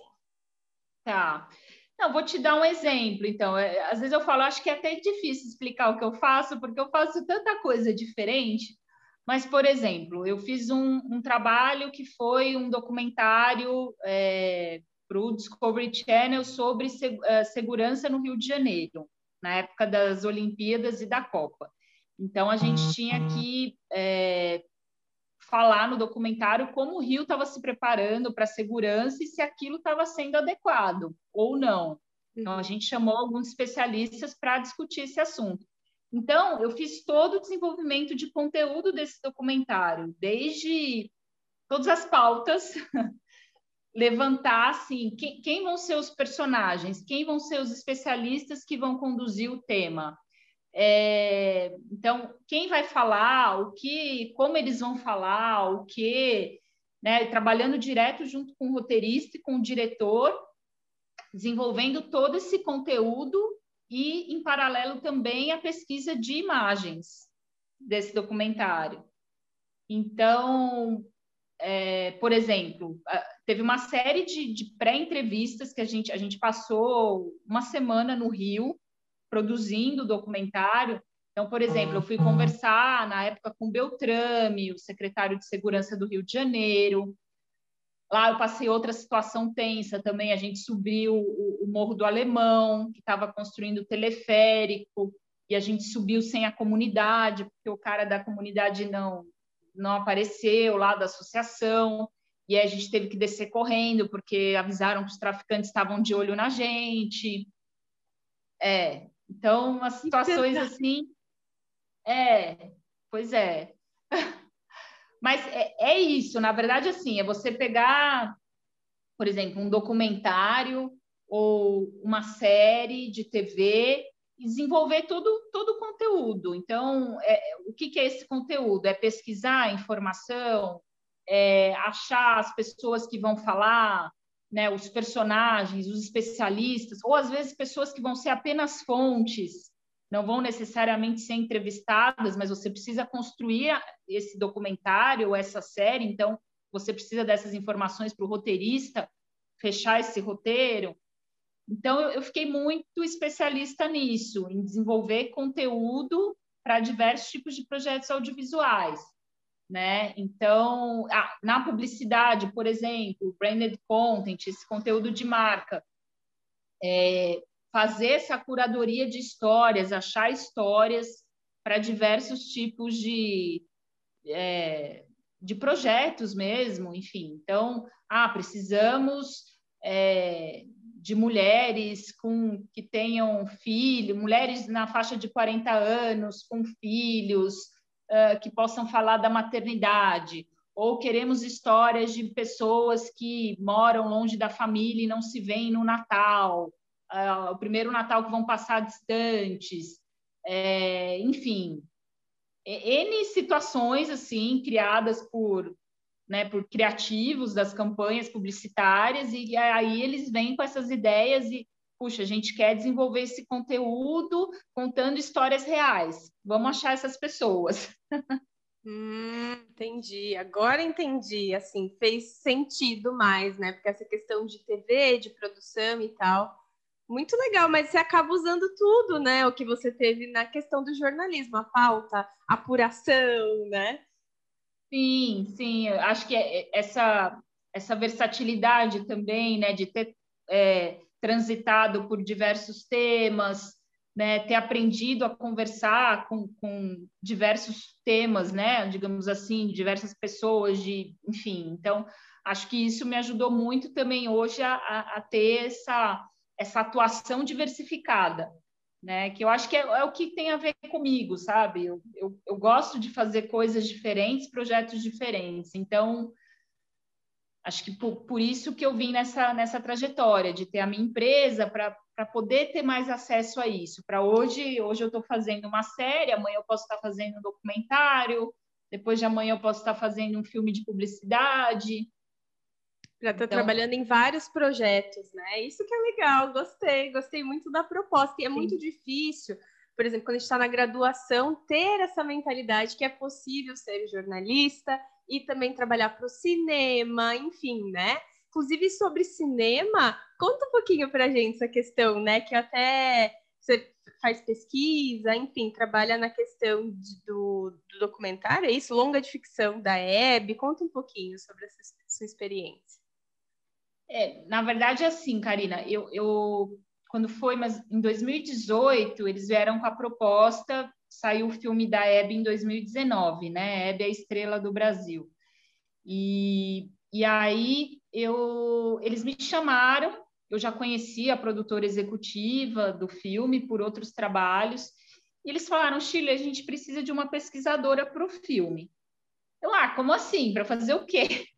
Tá. Não, vou te dar um exemplo, então. É, às vezes eu falo, acho que é até difícil explicar o que eu faço, porque eu faço tanta coisa diferente. Mas, por exemplo, eu fiz um, um trabalho que foi um documentário é, para o Discovery Channel sobre se, uh, segurança no Rio de Janeiro, na época das Olimpíadas e da Copa. Então, a gente tinha que é, falar no documentário como o Rio estava se preparando para a segurança e se aquilo estava sendo adequado ou não. Então, a gente chamou alguns especialistas para discutir esse assunto. Então, eu fiz todo o desenvolvimento de conteúdo desse documentário, desde todas as pautas, levantar, assim, quem, quem vão ser os personagens, quem vão ser os especialistas que vão conduzir o tema. É, então, quem vai falar, o que, como eles vão falar, o que, né, trabalhando direto junto com o roteirista e com o diretor, desenvolvendo todo esse conteúdo e, em paralelo, também a pesquisa de imagens desse documentário. Então, é, por exemplo, teve uma série de, de pré-entrevistas que a gente, a gente passou uma semana no Rio, produzindo o documentário. Então, por exemplo, eu fui conversar na época com Beltrame, o secretário de Segurança do Rio de Janeiro. Lá eu passei outra situação tensa também, a gente subiu o, o Morro do Alemão, que estava construindo o teleférico, e a gente subiu sem a comunidade, porque o cara da comunidade não, não apareceu lá da associação, e aí a gente teve que descer correndo, porque avisaram que os traficantes estavam de olho na gente. É, então, as situações assim, é, pois é. Mas é, é isso, na verdade, assim, é você pegar, por exemplo, um documentário ou uma série de T V e desenvolver todo, todo o conteúdo. Então, é, o que, que é esse conteúdo? É pesquisar informação, é achar as pessoas que vão falar, né, os personagens, os especialistas, ou às vezes pessoas que vão ser apenas fontes, não vão necessariamente ser entrevistadas, mas você precisa construir esse documentário, essa série, então você precisa dessas informações para o roteirista fechar esse roteiro. Então, eu, eu fiquei muito especialista nisso, em desenvolver conteúdo para diversos tipos de projetos audiovisuais, né? Então, ah, na publicidade, por exemplo, branded content, esse conteúdo de marca, é, fazer essa curadoria de histórias, achar histórias para diversos tipos de, é, de projetos mesmo, enfim. Então, ah, precisamos é, de mulheres com, que tenham filhos, mulheres na faixa de quarenta anos, com filhos, uh, que possam falar da maternidade, ou queremos histórias de pessoas que moram longe da família e não se veem no Natal, uh, o primeiro Natal que vão passar distantes, é, enfim, N situações assim criadas por né, por criativos das campanhas publicitárias, e aí eles vêm com essas ideias e, puxa, a gente quer desenvolver esse conteúdo contando histórias reais. Vamos achar essas pessoas. Hum, entendi. Agora entendi. Assim, fez sentido mais, né? Porque essa questão de T V, de produção e tal, muito legal, mas você acaba usando tudo, né? O que você teve na questão do jornalismo, a pauta, a apuração, né? Sim, sim. Eu acho que é- é- essa, essa versatilidade também, né, de ter é, transitado por diversos temas, né, ter aprendido a conversar com, com diversos temas, né, digamos assim, diversas pessoas, de, enfim. Então, acho que isso me ajudou muito também hoje a, a, a ter essa, essa atuação diversificada, né? Que eu acho que é, é o que tem a ver comigo, sabe? Eu, eu, eu gosto de fazer coisas diferentes, projetos diferentes. Então, acho que por, por isso que eu vim nessa, nessa trajetória, de ter a minha empresa para para poder ter mais acesso a isso. Para hoje, hoje eu estou fazendo uma série, amanhã eu posso estar fazendo um documentário, depois de amanhã eu posso estar fazendo um filme de publicidade. Já está Então, trabalhando em vários projetos, né? Isso que é legal, gostei, gostei muito da proposta. E é muito sim. difícil, por exemplo, quando a gente está na graduação, ter essa mentalidade que é possível ser jornalista e também trabalhar para o cinema, enfim, né? Inclusive, sobre cinema, conta um pouquinho para a gente essa questão, né? Que até você faz pesquisa, enfim, trabalha na questão de, do, do documentário, é isso? Longa de ficção da Hebe. Conta um pouquinho sobre essa sua experiência. É, na verdade, é assim, Karina, eu, eu quando foi, mas em dois mil e dezoito, eles vieram com a proposta, saiu o filme da Hebe em dois mil e dezenove, né? Hebe é a estrela do Brasil. E, e aí eu, eles me chamaram, eu já conhecia a produtora executiva do filme por outros trabalhos, e eles falaram, Shirley, a gente precisa de uma pesquisadora para o filme. Eu, ah, como assim? Para fazer o quê?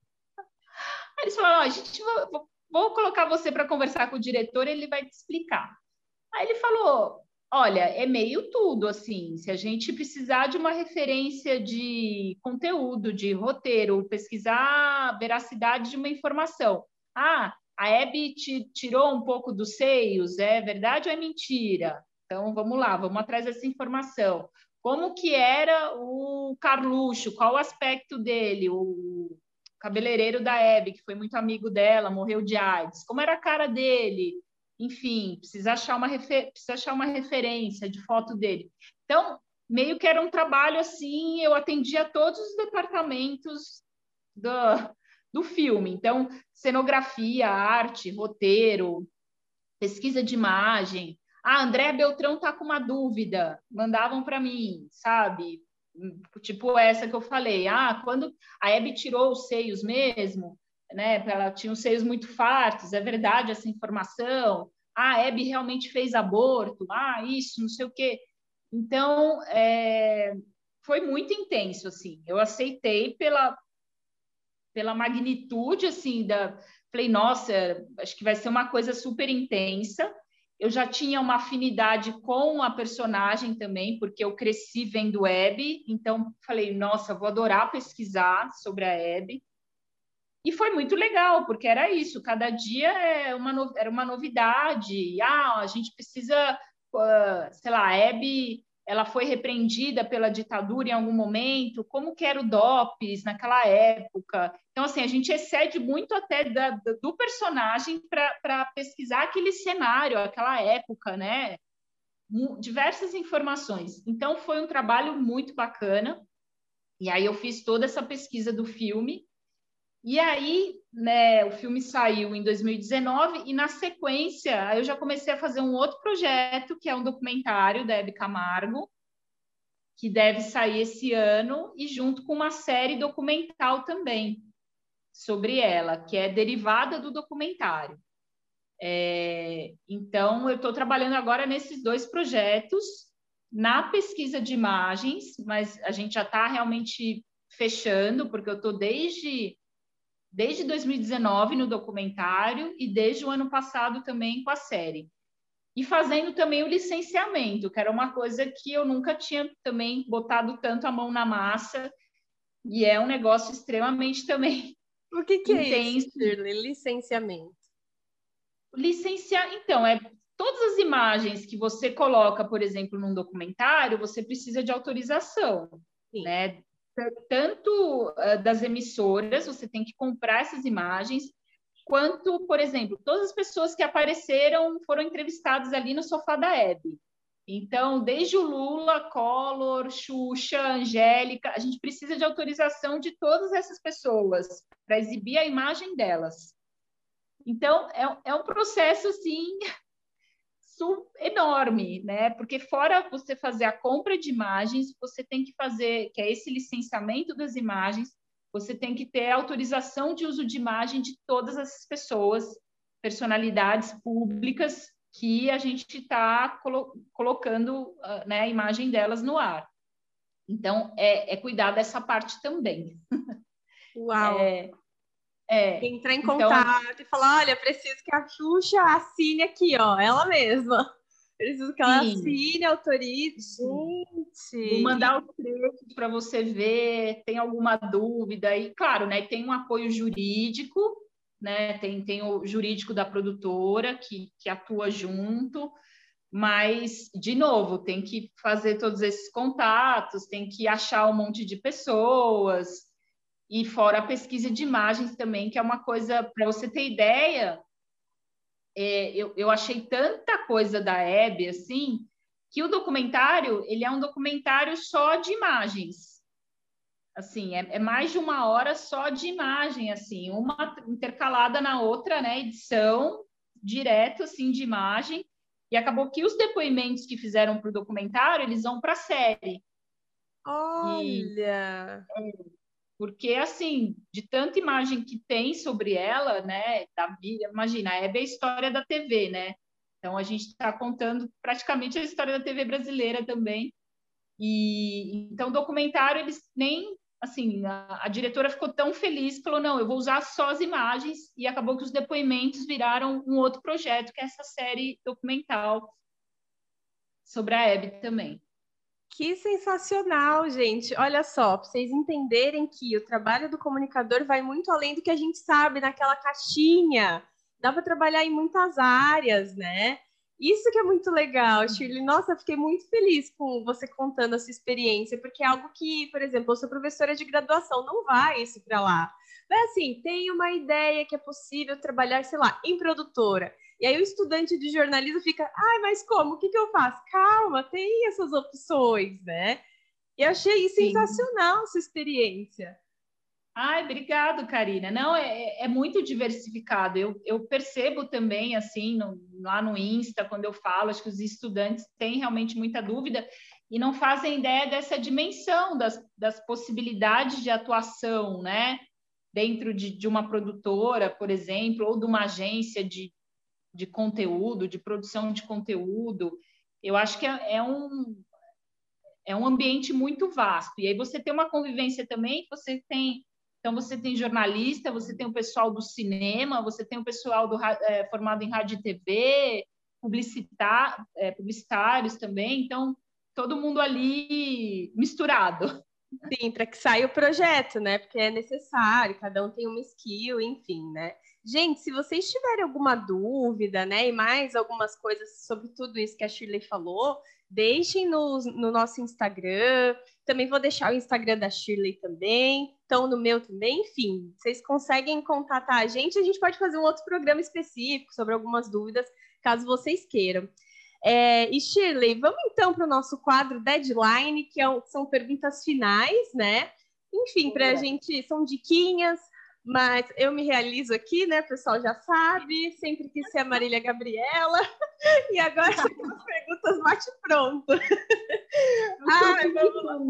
Aí eles falaram, oh, a gente vou, vou colocar você para conversar com o diretor, ele vai te explicar. Aí ele falou, olha, é meio tudo, assim, se a gente precisar de uma referência de conteúdo, de roteiro, pesquisar a veracidade de uma informação. Ah, a Hebe te tirou um pouco dos seios, é verdade ou é mentira? Então, vamos lá, vamos atrás dessa informação. Como que era o Carluxo? Qual o aspecto dele? O cabeleireiro da Hebe, que foi muito amigo dela, morreu de AIDS. Como era a cara dele? Enfim, precisa achar uma, refer... precisa achar uma referência de foto dele. Então, meio que era um trabalho assim, eu atendia todos os departamentos do, do filme. Então, cenografia, arte, roteiro, pesquisa de imagem. Ah, André Beltrão está com uma dúvida, mandavam para mim, sabe? Tipo essa que eu falei. Ah, quando a Hebe tirou os seios mesmo, né? Ela tinha os seios muito fartos, é verdade essa informação? Ah, a Hebe realmente fez aborto? Ah, isso, não sei o quê. Então, é, foi muito intenso, assim. Eu aceitei pela, pela magnitude, assim, da... Falei, nossa, acho que vai ser uma coisa super intensa. Eu já tinha uma afinidade com a personagem também, porque eu cresci vendo Hebe, então falei, nossa, vou adorar pesquisar sobre a Hebe. E foi muito legal, porque era isso, cada dia é uma no... era uma novidade. Ah, a gente precisa, uh, sei lá, a Hebe, ela foi repreendida pela ditadura em algum momento, como que era o DOPS naquela época. Então, assim, a gente excede muito até da, do personagem para pesquisar aquele cenário, aquela época, né? Diversas informações. Então, foi um trabalho muito bacana. E aí eu fiz toda essa pesquisa do filme. E aí, né, o filme saiu em dois mil e dezenove e, na sequência, eu já comecei a fazer um outro projeto, que é um documentário da Hebe Camargo, que deve sair esse ano, e junto com uma série documental também sobre ela, que é derivada do documentário. É, então, eu estou trabalhando agora nesses dois projetos, na pesquisa de imagens, mas a gente já está realmente fechando, porque eu estou desde, desde dois mil e dezenove no documentário e desde o ano passado também com a série. E fazendo também o licenciamento, que era uma coisa que eu nunca tinha também botado tanto a mão na massa, E é um negócio extremamente também O que, que é intenso. isso, Shirley? Licenciamento. Licenciar, então, é todas as imagens que você coloca, por exemplo, num documentário, você precisa de autorização, Sim. né? Tanto uh, das emissoras, você tem que comprar essas imagens, quanto, por exemplo, todas as pessoas que apareceram foram entrevistadas ali no sofá da Hebe. Então, desde o Lula, Collor, Xuxa, Angélica, a gente precisa de autorização de todas essas pessoas para exibir a imagem delas. Então, é, é um processo, assim, enorme, né? Porque fora você fazer a compra de imagens, você tem que fazer, que é esse licenciamento das imagens, você tem que ter autorização de uso de imagem de todas essas pessoas, personalidades públicas, que a gente está colo colocando, né, a imagem delas no ar. Então, é, é cuidar dessa parte também. Uau! É, é, Entrar em então, contato e falar, olha, preciso que a Xuxa assine aqui, ó, ela mesma. Preciso que ela sim, assine, autorize. Gente! vou mandar os trechos para você ver, tem alguma dúvida? E, claro, né, tem um apoio jurídico, né, tem, tem o jurídico da produtora que, que atua junto, mas, de novo, tem que fazer todos esses contatos, tem que achar um monte de pessoas, e fora a pesquisa de imagens também, que é uma coisa, para você ter ideia, é, eu, eu achei tanta coisa da Hebe, assim, que o documentário, ele é um documentário só de imagens. Assim, é, é mais de uma hora só de imagem, assim, uma intercalada na outra, né, edição, direto, assim, de imagem, e acabou que os depoimentos que fizeram para o documentário, eles vão para a série. Olha! E, porque, assim, de tanta imagem que tem sobre ela, né, da vida, imagina, a Hebe é a história da T V, né? Então, a gente está contando praticamente a história da T V brasileira também. E então, o documentário, eles nem, assim, a, a diretora ficou tão feliz, falou, não, eu vou usar só as imagens, e acabou que os depoimentos viraram um outro projeto, que é essa série documental sobre a Hebe também. Que sensacional, gente. Olha só, para vocês entenderem que o trabalho do comunicador vai muito além do que a gente sabe naquela caixinha. Dá para trabalhar em muitas áreas, né? Isso que é muito legal, Shirley. Nossa, eu fiquei muito feliz com você contando a sua experiência, porque é algo que, por exemplo, eu sou professora de graduação, não vai isso para lá. Mas assim, tem uma ideia que é possível trabalhar, sei lá, em produtora. E aí o estudante de jornalismo fica, ai, mas como? O que, que eu faço? Calma, tem essas opções, né? E eu achei Sim. sensacional sua experiência. Ai, obrigado, Karina. Não, é, é muito diversificado. Eu, eu percebo também, assim, no, lá no Insta, quando eu falo, acho que os estudantes têm realmente muita dúvida e não fazem ideia dessa dimensão das, das possibilidades de atuação, né? Dentro de, de uma produtora, por exemplo, ou de uma agência de, de conteúdo, de produção de conteúdo. Eu acho que é, é um, é um ambiente muito vasto. E aí você tem uma convivência também, você tem. Então, você tem jornalista, você tem o pessoal do cinema, você tem o pessoal do, é, formado em rádio e T V, publicitar, é, publicitários também. Então, todo mundo ali misturado. Sim, para que saia o projeto, né? Porque é necessário, cada um tem uma skill, enfim, né? Gente, se vocês tiverem alguma dúvida, né, e mais algumas coisas sobre tudo isso que a Shirley falou, deixem no, no nosso Instagram. Também vou deixar o Instagram da Shirley também, então no meu também, enfim, vocês conseguem contatar a gente, a gente pode fazer um outro programa específico sobre algumas dúvidas, caso vocês queiram. É, e Shirley, vamos então para o nosso quadro Deadline, que é um, são perguntas finais, né? Enfim, para a gente, são diquinhas, mas eu me realizo aqui, né? O pessoal já sabe, sempre quis ser a Marília Gabriela, e agora são as perguntas bate-pronto. Ai, vamos lá.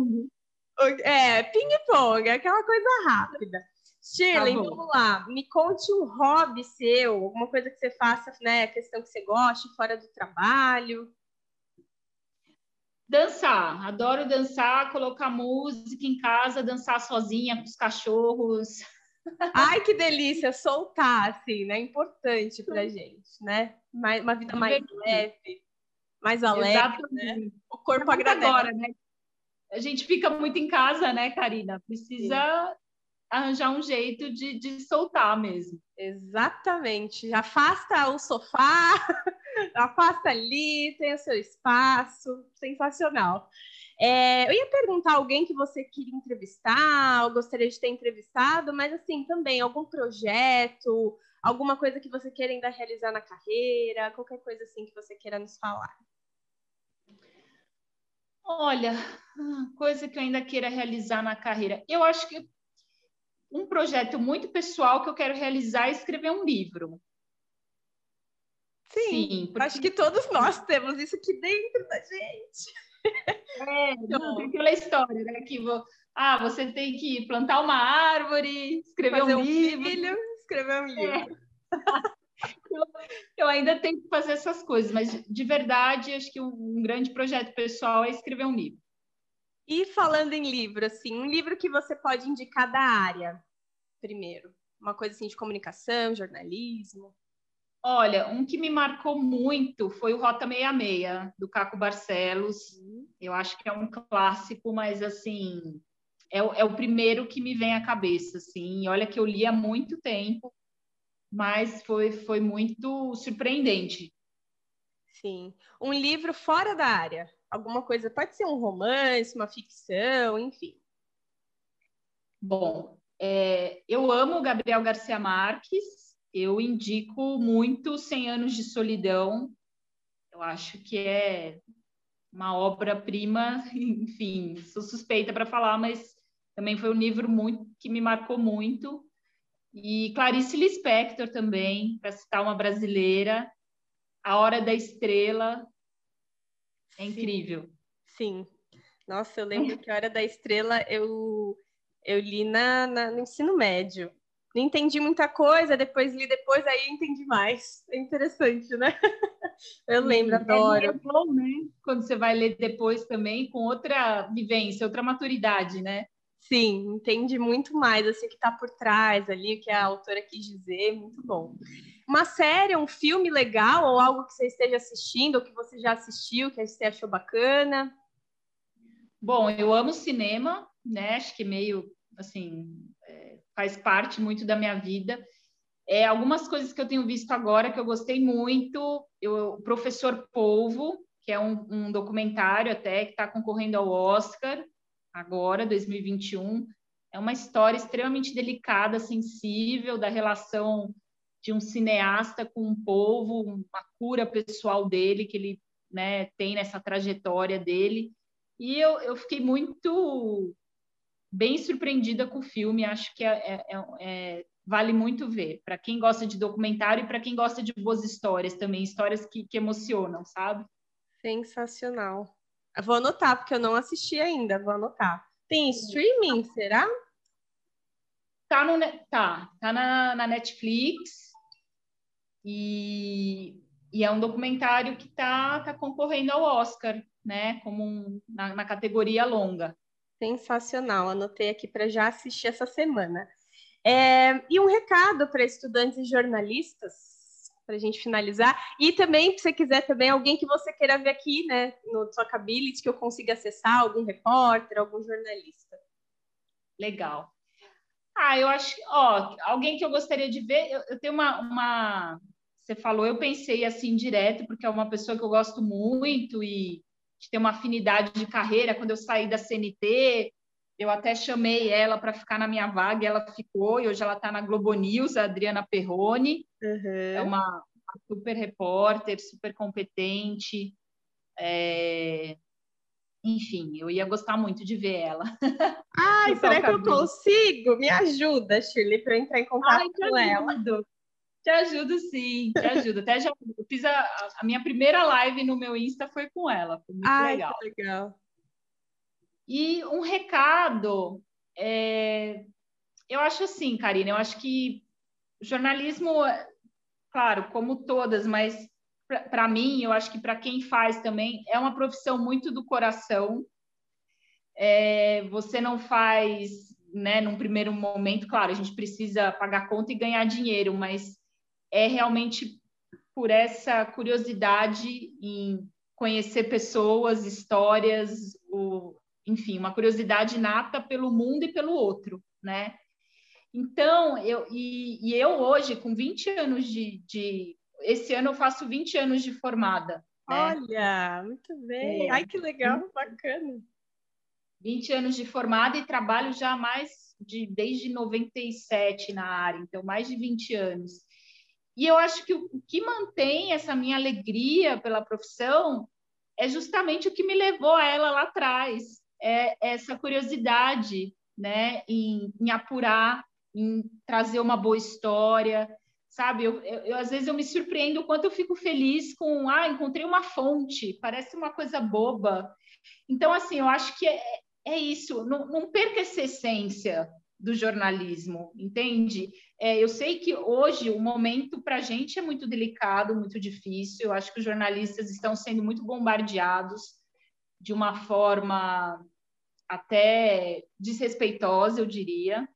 É, ping-pong, aquela coisa rápida. Shirley, tá, vamos lá. Me conte um hobby seu, alguma coisa que você faça, né? Questão que você goste, fora do trabalho. Dançar, adoro dançar, colocar música em casa, dançar sozinha com os cachorros. Ai, que delícia, soltar, assim, né? Importante pra gente, né? Mais, uma vida mais leve, mais alegre, exatamente, né? O corpo agora, agradece. né? a gente fica muito em casa, né, Karina? Precisa Sim. arranjar um jeito de, de soltar mesmo. Exatamente. Afasta o sofá, afasta ali, tem o seu espaço. Sensacional. É, eu ia perguntar alguém que você queria entrevistar, ou gostaria de ter entrevistado, mas assim, também algum projeto, alguma coisa que você queira ainda realizar na carreira, qualquer coisa assim que você queira nos falar. Olha, coisa que eu ainda queira realizar na carreira. Eu acho que um projeto muito pessoal que eu quero realizar é escrever um livro. Sim, Sim porque... acho que todos nós temos isso aqui dentro da gente. É, não, tem aquela história, né? Que vou... ah, você tem que plantar uma árvore, escrever fazer um, um livro. Filho, escrever um livro. É. eu, eu ainda tenho que fazer essas coisas, mas de verdade, acho que um, um grande projeto pessoal é escrever um livro. E falando em livro, assim, um livro que você pode indicar da área, primeiro. Uma coisa assim de comunicação, jornalismo. Olha, um que me marcou muito foi o Rota sessenta e seis, do Caco Barcelos. Uhum. Eu acho que é um clássico, mas, assim, é, é o primeiro que me vem à cabeça, assim. Olha que eu li há muito tempo, mas foi, foi muito surpreendente. Sim. Um livro fora da área. Alguma coisa, pode ser um romance, uma ficção, enfim. Bom, é, eu amo Gabriel Garcia Marques. Eu indico muito Cem Anos de Solidão. Eu acho que é uma obra-prima, enfim, sou suspeita para falar, mas também foi um livro muito que me marcou muito. E Clarice Lispector também, para citar uma brasileira, A Hora da Estrela, é incrível. Sim. Nossa, eu lembro que A Hora da Estrela eu, eu li na, na, no ensino médio. Não entendi muita coisa, depois li depois, aí eu entendi mais. É interessante, né? Eu lembro, adoro. É bom, né? Quando você vai ler depois também, com outra vivência, outra maturidade, né? Sim, entende muito mais assim, o que está por trás ali, o que a autora quis dizer, muito bom. Uma série, um filme legal, ou algo que você esteja assistindo, ou que você já assistiu, que você achou bacana? Bom, eu amo cinema, né? Acho que meio, assim, é, faz parte muito da minha vida. É, algumas coisas que eu tenho visto agora que eu gostei muito, eu, o Professor Polvo, que é um, um documentário até que está concorrendo ao Oscar agora, dois mil e vinte e um. É uma história extremamente delicada, sensível, da relação de um cineasta com um povo, uma cura pessoal dele que ele, né, tem nessa trajetória dele. E eu, eu fiquei muito bem surpreendida com o filme, acho que é, é, é, vale muito ver, para quem gosta de documentário e para quem gosta de boas histórias também, histórias que, que emocionam, sabe? Sensacional. Eu vou anotar, porque eu não assisti ainda, vou anotar. Tem streaming, será? Tá, no, tá, tá na, na Netflix e, e é um documentário que tá, tá concorrendo ao Oscar, né, como um, na, na categoria longa. Sensacional, anotei aqui para já assistir essa semana. É, e um recado para estudantes e jornalistas, para a gente finalizar, e também, se você quiser, também alguém que você queira ver aqui, né, no Talkability, que eu consiga acessar, algum repórter, algum jornalista. Legal. Ah, eu acho, ó, alguém que eu gostaria de ver, eu, eu tenho uma, uma, você falou, eu pensei assim direto, porque é uma pessoa que eu gosto muito e tem uma afinidade de carreira. Quando eu saí da C N T, eu até chamei ela para ficar na minha vaga, e ela ficou, e hoje ela está na Globo News, a Adriana Perrone. Uhum. É uma, uma super repórter, super competente. É... Enfim, eu ia gostar muito de ver ela. Ai, será que eu consigo? Me ajuda, Shirley, para eu entrar em contato Ai, com ela. Te ajudo, sim, te ajudo. Até já eu fiz a, a minha primeira live no meu Insta foi com ela, foi muito Ai, legal. Que legal. E um recado, é, eu acho assim, Karina, eu acho que o jornalismo, claro, como todas, mas para mim, eu acho que para quem faz também, é uma profissão muito do coração. É, você não faz, né, num primeiro momento, claro, a gente precisa pagar conta e ganhar dinheiro, mas é realmente por essa curiosidade em conhecer pessoas, histórias, o, enfim, uma curiosidade inata pelo mundo e pelo outro, né? Então, eu, e, e eu hoje, com vinte anos de, de... Esse ano eu faço vinte anos de formada, né? Olha, muito bem. Ai, que legal, bacana. vinte anos de formada e trabalho já mais de desde noventa e sete na área, então mais de vinte anos. E eu acho que o que mantém essa minha alegria pela profissão é justamente o que me levou a ela lá atrás, é essa curiosidade, né, em, em apurar, em trazer uma boa história, sabe? Eu, eu, eu, às vezes eu me surpreendo o quanto eu fico feliz com, ah, encontrei uma fonte, parece uma coisa boba. Então, assim, eu acho que é, é isso, não, não perca essa essência do jornalismo, entende? É, eu sei que hoje o momento para a gente é muito delicado, muito difícil. Eu acho que os jornalistas estão sendo muito bombardeados de uma forma até desrespeitosa, eu diria.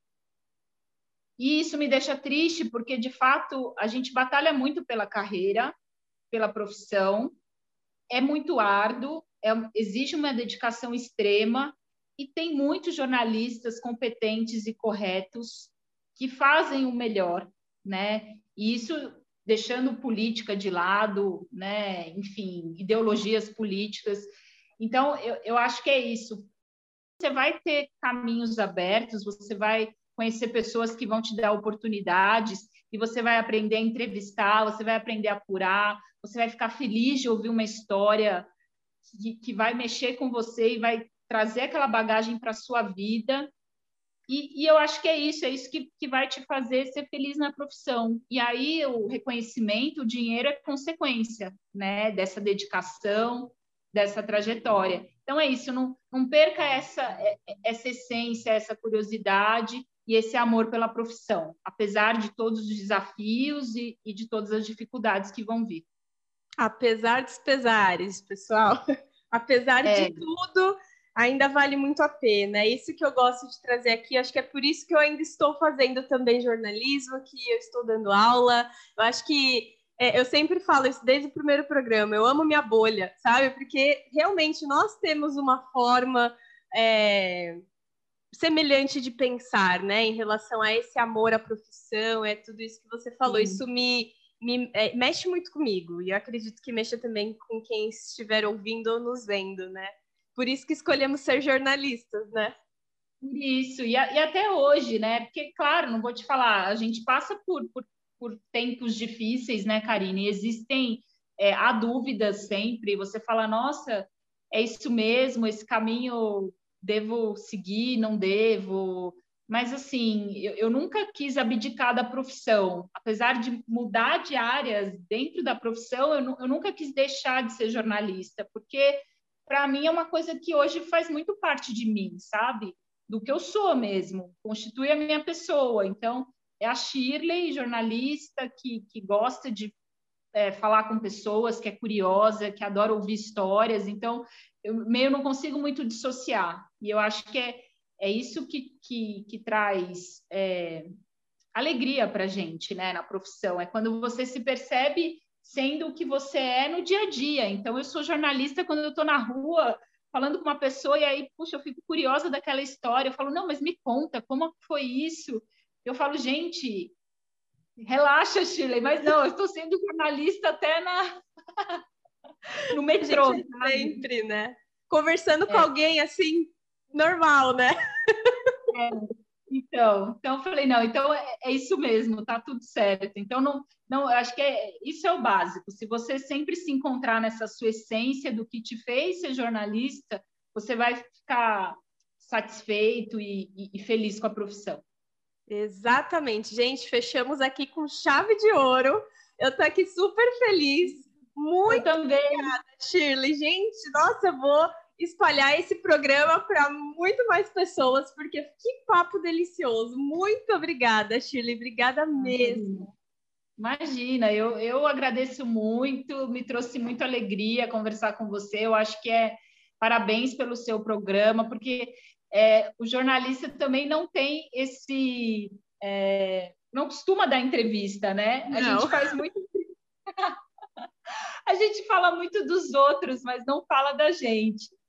E isso me deixa triste, porque, de fato, a gente batalha muito pela carreira, pela profissão, é muito árduo, é, exige uma dedicação extrema, e tem muitos jornalistas competentes e corretos que fazem o melhor, né? E isso deixando política de lado, né? Enfim, ideologias políticas. Então, eu, eu acho que é isso. Você vai ter caminhos abertos, você vai conhecer pessoas que vão te dar oportunidades, e você vai aprender a entrevistar, você vai aprender a apurar, você vai ficar feliz de ouvir uma história que, que vai mexer com você e vai trazer aquela bagagem para a sua vida. E, e eu acho que é isso, é isso que, que vai te fazer ser feliz na profissão. E aí o reconhecimento, o dinheiro é consequência, né, dessa dedicação, dessa trajetória. Então é isso, não, não perca essa, essa essência, essa curiosidade e esse amor pela profissão, apesar de todos os desafios e, e de todas as dificuldades que vão vir. Apesar dos pesares, pessoal, apesar É. de tudo, ainda vale muito a pena. É isso que eu gosto de trazer aqui. Acho que é por isso que eu ainda estou fazendo também jornalismo, que eu estou dando aula. Eu acho que é, eu sempre falo isso desde o primeiro programa. Eu amo minha bolha, sabe? Porque realmente nós temos uma forma é, semelhante de pensar, né? Em relação a esse amor à profissão, é tudo isso que você falou. Sim. Isso me Me, é, mexe muito comigo, e eu acredito que mexa também com quem estiver ouvindo ou nos vendo, né? Por isso que escolhemos ser jornalistas, né? Por isso, e, a, e até hoje, né? Porque, claro, não vou te falar, a gente passa por, por, por tempos difíceis, né, Karine? Existem, é, há dúvidas sempre, você fala, nossa, é isso mesmo, esse caminho devo seguir, não devo... Mas, assim, eu, eu nunca quis abdicar da profissão. Apesar de mudar de áreas dentro da profissão, eu, eu nunca quis deixar de ser jornalista, porque, para mim, é uma coisa que hoje faz muito parte de mim, sabe? Do que eu sou mesmo, constitui a minha pessoa. Então, é a Shirley, jornalista, que, que gosta de é, falar com pessoas, que é curiosa, que adora ouvir histórias. Então, eu meio não consigo muito dissociar. E eu acho que é É isso que, que, que traz é, alegria para a gente, né, na profissão. É quando você se percebe sendo o que você é no dia a dia. Então, eu sou jornalista quando eu estou na rua falando com uma pessoa e aí, puxa, eu fico curiosa daquela história. Eu falo, não, mas me conta, como foi isso? Eu falo, gente, relaxa, Shirley, mas não, eu estou sendo jornalista até na... no metrô. A gente é sempre, né? Conversando é. com alguém assim... normal, né? É, então, então eu falei, não, então é, é isso mesmo, tá tudo certo. Então, não, não, eu acho que é, isso é o básico. Se você sempre se encontrar nessa sua essência do que te fez ser jornalista, você vai ficar satisfeito e, e, e feliz com a profissão. Exatamente. Gente, fechamos aqui com chave de ouro. Eu tô aqui super feliz. Muito eu também. Obrigada, Shirley. Gente, nossa, eu vou espalhar esse programa para muito mais pessoas, porque que papo delicioso. Muito obrigada, Shirley. Obrigada mesmo. Imagina, eu, eu agradeço muito, me trouxe muita alegria conversar com você. Eu acho que é parabéns pelo seu programa, porque é, o jornalista também não tem esse... É, não costuma dar entrevista, né? Não. A gente faz muito... a gente fala muito dos outros, mas não fala da gente.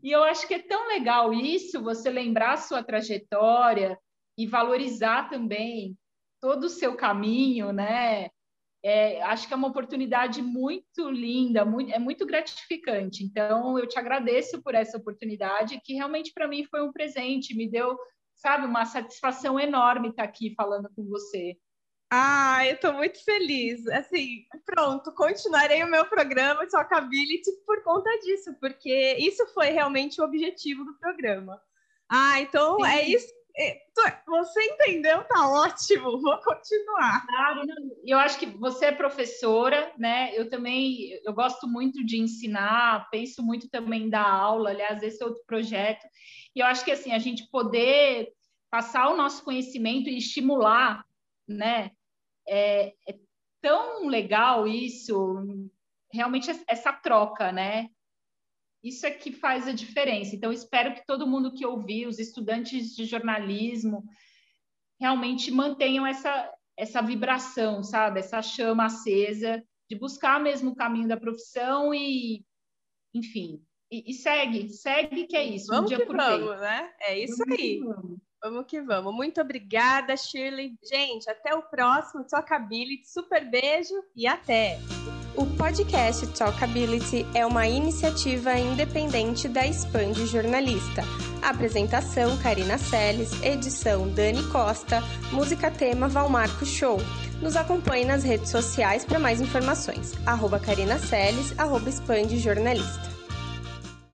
E eu acho que é tão legal isso, você lembrar a sua trajetória e valorizar também todo o seu caminho, né? É, acho que é uma oportunidade muito linda, muito, é muito gratificante. Então, eu te agradeço por essa oportunidade, que realmente para mim foi um presente, me deu, sabe, uma satisfação enorme estar aqui falando com você. Ah, eu estou muito feliz. Assim, pronto, continuarei o meu programa de Talkability por conta disso, porque isso foi realmente o objetivo do programa. Ah, então Sim. é isso. Você entendeu? Tá ótimo. Vou continuar. Claro, eu acho que você é professora, né? Eu também, eu gosto muito de ensinar, penso muito também em dar aula. Aliás, esse é outro projeto. E eu acho que assim a gente poder passar o nosso conhecimento e estimular, né? É, é tão legal isso, realmente essa troca, né? Isso é que faz a diferença. Então, espero que todo mundo que ouvir, os estudantes de jornalismo, realmente mantenham essa, essa vibração, sabe? Essa chama acesa de buscar mesmo o caminho da profissão e, enfim, e, e segue, segue que é isso. Vamos um dia que por vamos, vez. né? É isso vamos aí. Que vamos. Vamos que vamos. Muito obrigada, Shirley. Gente, até o próximo Talkability. Super beijo e até! O podcast Talkability é uma iniciativa independente da Expand Jornalista. Apresentação Karina Seles, edição Dani Costa, música tema Valmarco Show. Nos acompanhe nas redes sociais para mais informações. arroba Karina Seles, arroba Expand Jornalista.